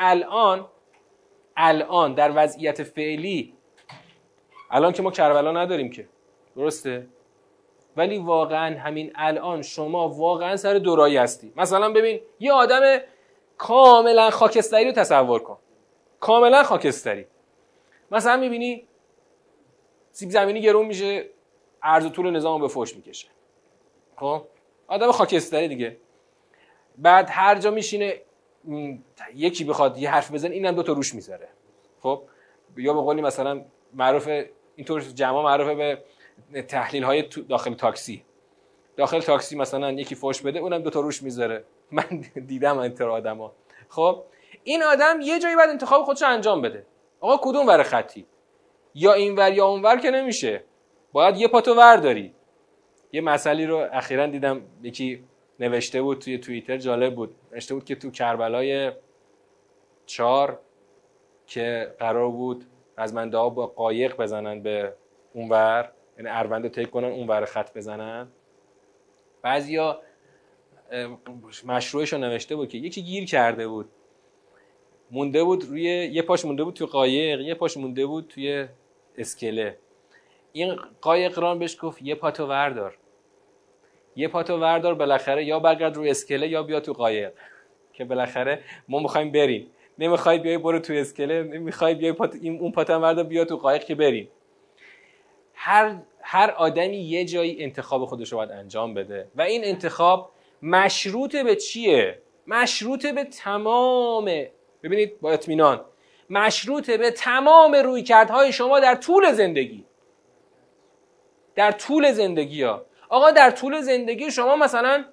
[SPEAKER 1] الان در وضعیت فعلی، الان که ما کربلا نداریم که، درسته؟ ولی واقعا همین الان شما واقعا سر دورایی هستی. مثلا ببین یه آدم کاملا خاکستری رو تصور کن، کاملا خاکستری. مثلا میبینی سیب زمینی گرون میشه، عرض و طول نظام به فوش میکشه. خب آدم خاکستری دیگه. بعد هر جا میشینه یکی بخواد یه حرف بزنه اینم دو تا روش میذاره. خب یا به قولی مثلا معروفه اینطور جمع معروفه به تحلیل های داخل تاکسی مثلا یکی فوش بده اونم دو تا روش میذاره. من دیدم اینطور آدما. خب این آدم یه جایی بعد انتخاب خودش انجام بده. آقا کدوم ور خطی؟ یا اینور یا اونور که نمیشه، باید یه پاتو ورداری. یه مسئله رو اخیراً دیدم یکی نوشته بود توی توییتر، جالب بود. نوشته بود که تو کربلای 4 که قرار بود رزمنده‌ها با قایق بزنن به اونور، یعنی اروند رو طی کنن اونور خط بزنن، بعضیا مشروعش رو نوشته بود که یکی گیر کرده بود، مونده بود روی یه پاش مونده بود توی قایق، یه پاش مونده بود توی اسکله. این قایق ران بهش گفت یه پاتو وردار بالاخره، یا برگرد روی اسکله یا بیا تو قایق که بالاخره ما می‌خوایم بریم. نمیخوای بیای برو تو اسکله، نمیخوای بیای اون پاتو وردار بیا تو قایق که بریم. هر آدمی یه جایی انتخاب خودش رو باید انجام بده و این انتخاب مشروط به چیه؟ مشروط به تمام، ببینید با اطمینان، مشروط به تمام رویکردهای شما در طول زندگی. آقا در طول زندگی شما مثلا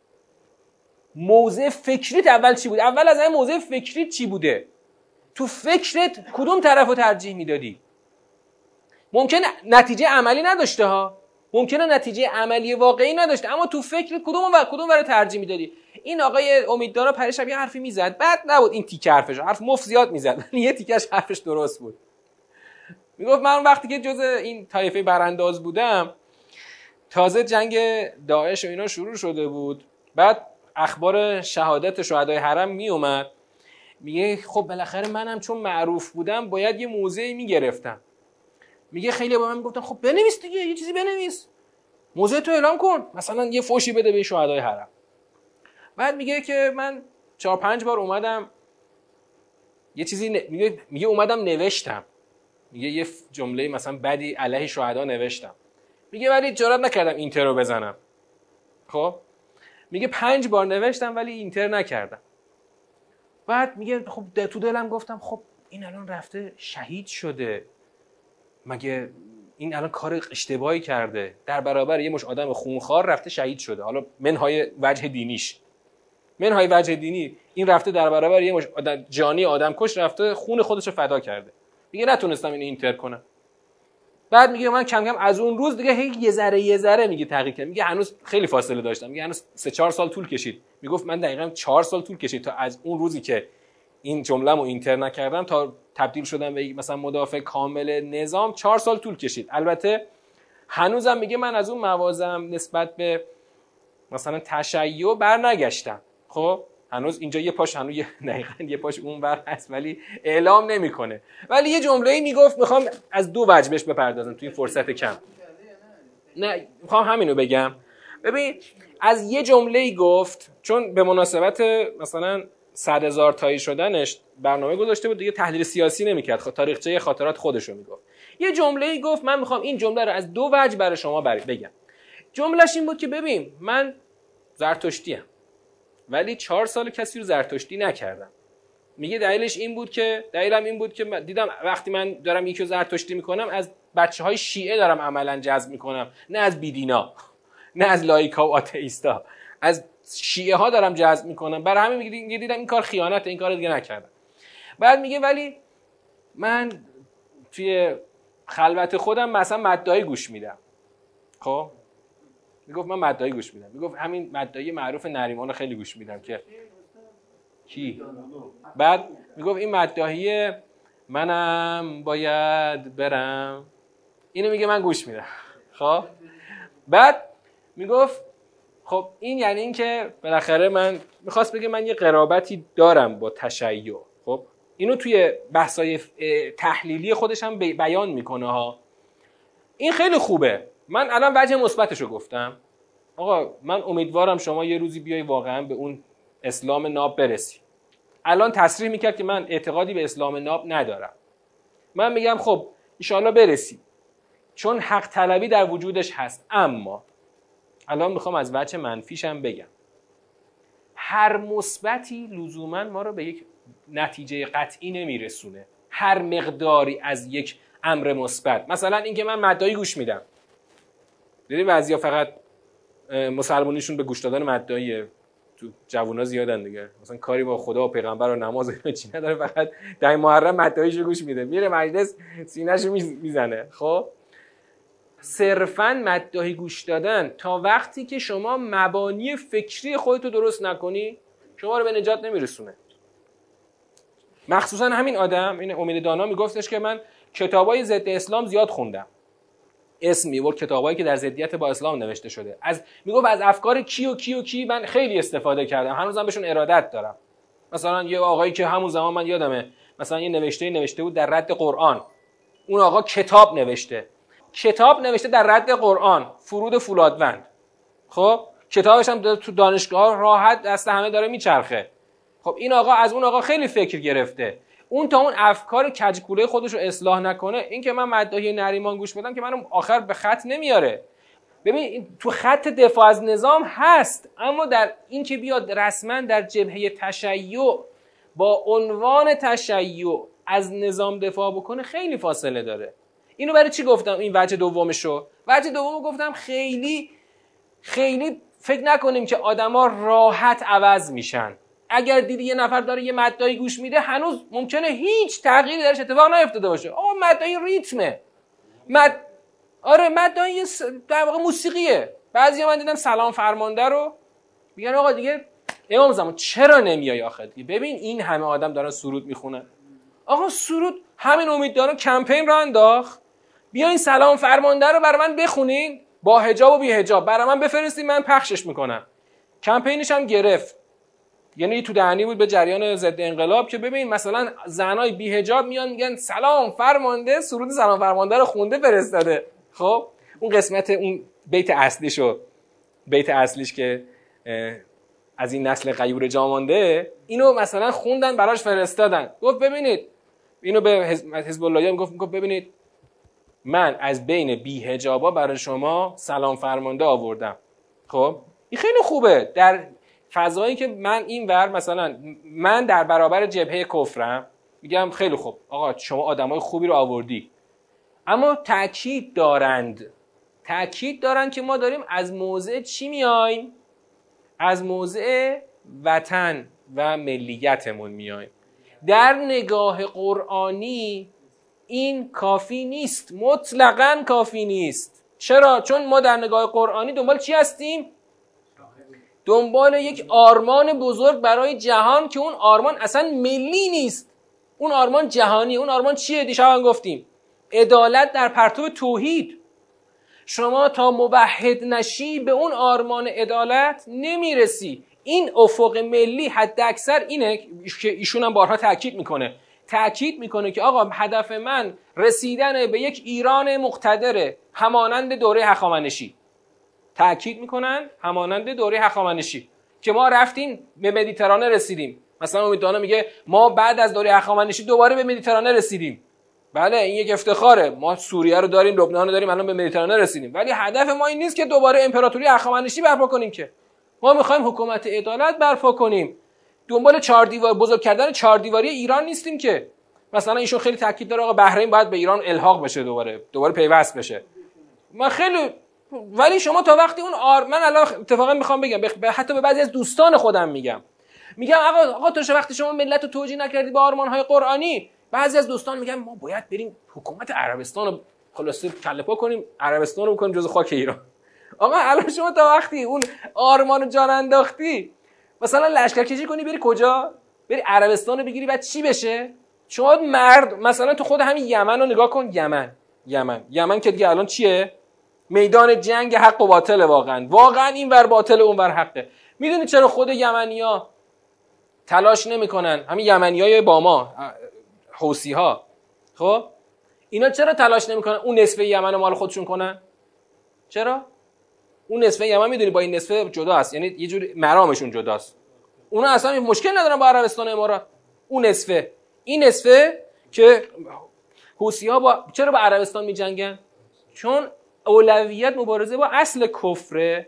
[SPEAKER 1] موضع فکریت اول چی بود؟ اول از این موضع فکریت چی بوده؟ تو فکرت کدوم طرف رو ترجیح میدادی؟ ممکنه نتیجه عملی نداشته ها، ممکنه نتیجه عملی واقعی نداشته، اما تو فکرت کدوم ور ترجیح میدادی؟ این آقای امیددارا پریشب یه حرفی میزد، بعد نبود این تیکه حرف مفت زیاد میزد، یه تیکش حرفش درست بود. میگفت من وقتی که جز این طایفه برانداز بودم، تازه جنگ داعش و اینا شروع شده بود، بعد اخبار شهادت شهدای حرم میومد، میگه خب بالاخره منم چون معروف بودم باید یه موضعی میگرفتم. میگه خیلی با من میگفتن خب بنویس دیگه، یه چیزی بنویس، موضع تو اعلام کن، مثلا یه فوشی بده به شهدای حرم. بعد میگه که من 4-5 بار اومدم یه چیزی میگه اومدم نوشتم، میگه یه جمله مثلا بدی علیه شهدا نوشتم، میگه ولی جرئت نکردم اینتر رو بزنم. خب میگه 5 بار نوشتم ولی اینتر نکردم. بعد میگه خب تو دلم گفتم خب این الان رفته شهید شده، مگه این الان کار اشتباهی کرده، در برابر یه مش آدم خونخوار رفته شهید شده. حالا منهای وجه دینیش، منهای وجه دینی این رفته در برابر یه مش جانی آدم کش رفته خون خودش رو فدا کرده. میگه نتونستم اینو اینتر کنم. بعد میگه من کم کم از اون روز دیگه هی یه ذره میگه تحقیق کردم. میگه هنوز خیلی فاصله داشتم، میگه هنوز 3-4 سال طول کشید. میگفت من دقیقاً 4 سال طول کشید تا از اون روزی که این جمله‌مو اینتر نکردم تا تبدیل شدم به مثلا مدافع کامل نظام 4 سال طول کشید. البته هنوزم میگه من از اون موازم نسبت به مثلا تشیع برنگشتم. خب هنوز اینجا یه پاش هنوز دقیقاً یه پاش اون ور هست ولی اعلام نمیکنه. ولی یه جمله‌ای میگفت، میخوام از دو وجه بهش بپردازم توی این فرصت کم. نه میخوام همینو بگم. ببین از یه جمله‌ای گفت، چون به مناسبت مثلا 100,000 تایی شدنش برنامه گذاشته بود دیگه، تحلیل سیاسی نمی‌کرد، تاریخچه خاطرات خودشو میگفت. یه جمله‌ای گفت، من میخوام این جمله رو از دو وجه برای شما بگم. جملهش این بود که ببین من زرتشتی‌ام ولی 4 سال کسی رو زرتشتی نکردم. میگه دلیلش این بود که دلیلم این بود که دیدم وقتی من دارم یکی رو زرتشتی میکنم از بچه‌های شیعه دارم عملاً جذب میکنم، نه از بیدینا، نه از لایکا و آتئیستا، از شیعه ها دارم جذب میکنم. برای همین میگه دیدم این کار خیانته، این کار دیگه نکردم. بعد میگه ولی من توی خلوت خودم مثلا مدعی گوش میدم. خب میگفت من مدعی گوش میدم، میگفت همین مدعی معروف نریمان رو خیلی گوش میدم که کی. بعد میگفت این مدعی منم باید برم، اینو میگه من گوش میدم. خب بعد میگفت خب این یعنی این که بالاخره من میخواست بگه من یه قرابتی دارم با تشیع. خب اینو توی بحثای تحلیلی خودش هم بیان میکنه ها. این خیلی خوبه. من الان وجه مثبتشو گفتم. آقا من امیدوارم شما یه روزی بیای واقعا به اون اسلام ناب برسی. الان تصریح میکرد که من اعتقادی به اسلام ناب ندارم. من میگم خب انشاءالله برسی، چون حق طلبی در وجودش هست. اما الان میخوام از وجه منفیشم بگم. هر مثبتی لزوما ما رو به یک نتیجه قطعی نمیرسونه. هر مقداری از یک امر مثبت، مثلا اینکه من مدعی گوش میدم، دیدی بعضیا فقط مسلمانیشون به گوش دادن مدعیه، تو جوونا زیادن دیگه، مثلا کاری با خدا و پیغمبر و نماز چی نداره، فقط در محرم مدعیشو گوش میده، میره مجلس سینه‌شو میزنه. خب صرفاً مدعی گوش دادن تا وقتی که شما مبانی فکری خودتو درست نکنی شما رو به نجات نمیرسونه. مخصوصا همین آدم، این امید دانا میگفتش که من کتابای ضد اسلام زیاد خوندم، اسم میبرد کتابایی که در ضدیت با اسلام نوشته شده، میگفت از افکار کی من خیلی استفاده کردم، هنوزم بهشون ارادت دارم. مثلا یه آقایی که همون زمان من یادمه مثلا یه نوشته بود در رد قرآن، اون آقا کتاب نوشته در رد قرآن، فرود فولادوند. خب کتابش هم تو دانشگاه راحت دست همه داره میچرخه. خب این آقا از اون آقا خیلی فکر گرفته، اون تا اون افکار کجکوله خودش رو اصلاح نکنه، این که من مدعی نریمان گوش بدم که منو آخر به خط نمیاره. ببین تو خط دفاع از نظام هست، اما در این که بیاد رسما در جبهه تشیع با عنوان تشیع از نظام دفاع بکنه خیلی فاصله داره. اینو برای چی گفتم؟ این وجه دومشو. وجه دومو گفتم خیلی فکر نکنیم که آدما راحت عوض میشن. اگر دیدی یه نفر داره یه مدعی گوش میده، هنوز ممکنه هیچ تغییری درش اتفاق نیفتاده باشه. مدعی ریتمه. مدعی در واقع موسیقیه. بعضیا من دیدم سلام فرمانده رو میگن آقا دیگه امام زمان چرا نمیای آخه؟ ببین این همه آدم دارن سرود میخونن. آقا سرود همین امید دارن کمپین رو انداخت. بیاین سلام فرمانده رو برای من بخونین با حجاب و بی حجاب، برای من بفرستین من پخشش میکنم. کمپینش هم گرفت. یعنی تو دهنی بود به جریان ضد انقلاب که ببین مثلا زنای بی حجاب میان میگن سلام فرمانده، سرود سلام فرمانده رو خونده فرستاده. خب اون قسمت اون بیت اصلیش که از این نسل غیور جامانده، اینو مثلا خوندن براش فرستادن. گفت ببینید، اینو به حزب اللهیان گفت ببینید من از بین بی حجابا برای شما سلام فرمانده آوردم. خب این خیلی خوبه، در فضایی که من این ور مثلا من در برابر جبهه کفرم، میگم خیلی خوب آقا شما آدمای خوبی رو آوردی، اما تأکید دارند که ما داریم از موضع چی میایم؟ از موضع وطن و ملیتمون میایم. در نگاه قرآنی این کافی نیست، مطلقاً کافی نیست. چرا؟ چون ما در نگاه قرآنی دنبال چی هستیم؟ دنبال یک آرمان بزرگ برای جهان که اون آرمان اصلا ملی نیست، اون آرمان جهانی. اون آرمان چیه؟ دیشب هم گفتیم عدالت در پرتو توحید. شما تا موحد نشی به اون آرمان عدالت نمیرسی. این افق ملی حد اکثر اینه که ایشون هم بارها تأکید میکنه که آقا هدف من رسیدن به یک ایران مقتدره همانند دوره هخامنشی. تأکید میکنن همانند دوره هخامنشی که ما رفتیم به مدیترانه رسیدیم. مثلا امیدوارا میگه ما بعد از دوره هخامنشی دوباره به مدیترانه رسیدیم. بله این یک افتخاره، ما سوریه رو داریم، لبنان رو داریم، الان به مدیترانه رسیدیم. ولی هدف ما این نیست که دوباره امپراتوری هخامنشی برپا کنیم، که ما میخوایم حکومت عدالت برپا کنیم. دنبال بزرگ کردن چهار دیواری ایران نیستیم که. مثلا ایشون خیلی تاکید داره آقا بحرین باید به ایران الحاق بشه، دوباره پیوست بشه. ما خیلی، ولی شما تا وقتی اون من الان اتفاقا میخوام بگم حتی به بعضی از دوستان خودم میگم آقا تو وقتی شما ملت رو توجیه نکردی به آرمان‌های قرآنی، بعضی از دوستان میگن ما باید بریم حکومت عربستان رو خلاصه کله پا کنیم، عربستان رو بکنیم جزو خاک ایران. آقا الان شما تا وقتی اون آرمان جان انداختی مثلا لشکرکشی کنی بری کجا؟ بری عربستان رو بگیری بعد چی بشه؟ شما مرد مثلا تو خود همین یمن رو نگاه کن. یمن که دیگه الان چیه؟ میدان جنگ حق و باطل. واقعا این ور باطل اون ور حقه. میدونی چرا خود یمنی‌ها تلاش نمی‌کنن؟ همین یمنیای با ما حوثی‌ها، خب اینا چرا تلاش نمی‌کنن اون نصف یمن مال خودشون کنن؟ چرا؟ اون نصف یمن میدونی با این نصف جداست، یعنی یه جور مرامشون جداست. اونا اصلا مشکل ندارن با عربستان و امارات. اون نصفه، این نصفه که حوثی‌ها چرا با عربستان می‌جنگن؟ چون اولویت مبارزه با اصل کفره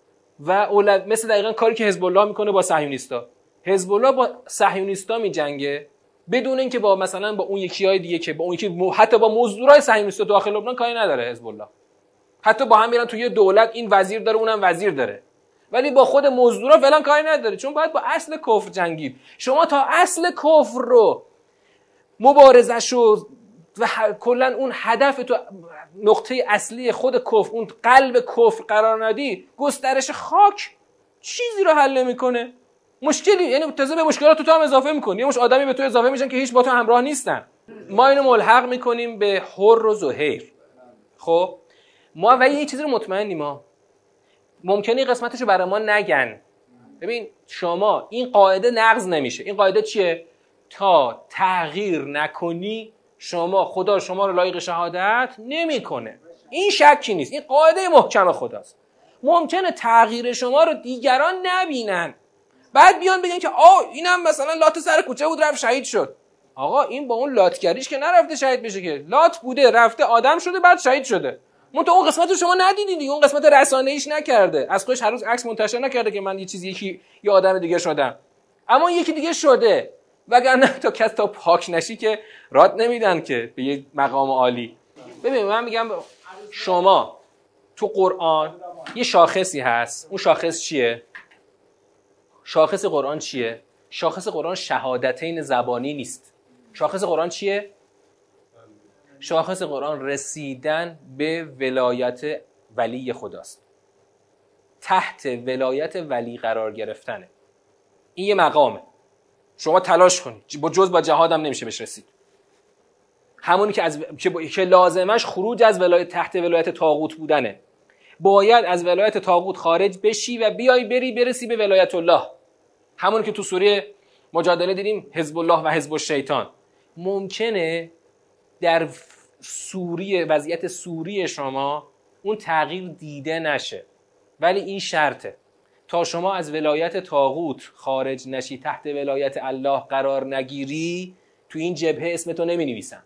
[SPEAKER 1] و مثل دقیقاً کاری که حزب الله میکنه با صهیونیستا. حزب الله با صهیونیستا میجنگه بدون اینکه با مثلا با اون یکیای دیگه که با اون یکی حتی با مزدورای صهیونیستا داخل لبنان کاری نداره. حزب الله حتی با هم میرن توی دولت، این وزیر داره اونم وزیر داره، ولی با خود مزدورا فعلا کاری نداره، چون باید با اصل کفر جنگید. شما تا اصل کفر رو مبارزه‌شو و کلا اون هدف تو نقطه اصلی خود کفر، اون قلب کفر قرار ندی، گسترش خاک چیزی رو حل نمیکنه. مشکلی، یعنی تازه به مشکلات تو هم اضافه میکنی. یه مش آدمی به تو اضافه میشن که هیچ با تو همراه نیستن. ما اینو ملحق میکنیم به حر و زهیر. خب ما ولی یه چیزی رو مطمئنیم، ما ممکنه قسمتشو برای ما نگن. ببین شما این قاعده نقض نمیشه. این قاعده چیه؟ تا تغییر نکنی خدا شما رو لایق شهادت نمیکنه. این شکی نیست، این قاعده محکم خداست. ممکنه تغییر شما رو دیگران نبینن، بعد بیان بگن که اینم مثلا لات سر کوچه بود رفت شهید شد. آقا این با اون لاتگریش که نرفته شهید بشه، که لات بوده رفته آدم شده بعد شهید شده. منتها اون قسمت رو شما ندیدین دیگه، اون قسمت رسانه‌ایش نکرده، از خودش هر روز عکس منتشر نکرده که من یه آدم دیگه شدم، اما یکی دیگه شده. وگرنه تا پاک نشی که رات نمیدن که به یه مقام عالی. ببین من میگم شما تو قرآن یه شاخصی هست. اون شاخص چیه؟ شاخص قرآن چیه؟ شاخص قرآن شهادتین زبانی نیست. شاخص قرآن چیه؟ شاخص قرآن رسیدن به ولایت ولی خداست. تحت ولایت ولی قرار گرفتنه. این یه مقامه. شما تلاش کنید، با جهاد هم نمیشه بهش رسید. همونی که لازمش خروج از تحت ولایت طاغوت بودنه. باید از ولایت طاغوت خارج بشی و برسی به ولایت الله. همونی که تو سوره مجادله دیدیم، حزب الله و حزب الشیطان. ممکنه در وضعیت سوری شما اون تغییر دیده نشه، ولی این شرطه تا شما از ولایت طاغوت خارج نشی، تحت ولایت الله قرار نگیری، تو این جبهه اسمتو نمی نویسن.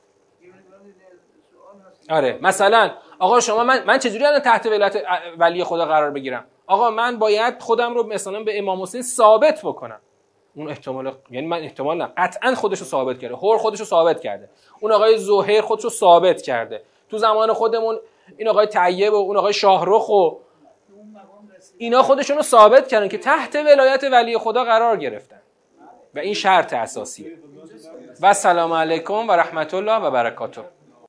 [SPEAKER 1] آره مثلا آقا شما من چجوری الان تحت ولایت ولی خدا قرار بگیرم؟ آقا من باید خودم رو مثلا به امام حسین ثابت بکنم. اون احتمال، یعنی من احتمال نه، قطعا خودش رو ثابت کرده. هور خودش رو ثابت کرده. اون آقای زهیر خودش رو ثابت کرده. تو زمان خودمون این آقای طیب و اون آقای شاهرخ و اینا خودشون رو ثابت کردن که تحت ولایت ولی خدا قرار گرفتن و این شرط اساسیه. و سلام علیکم و رحمت الله و برکاته.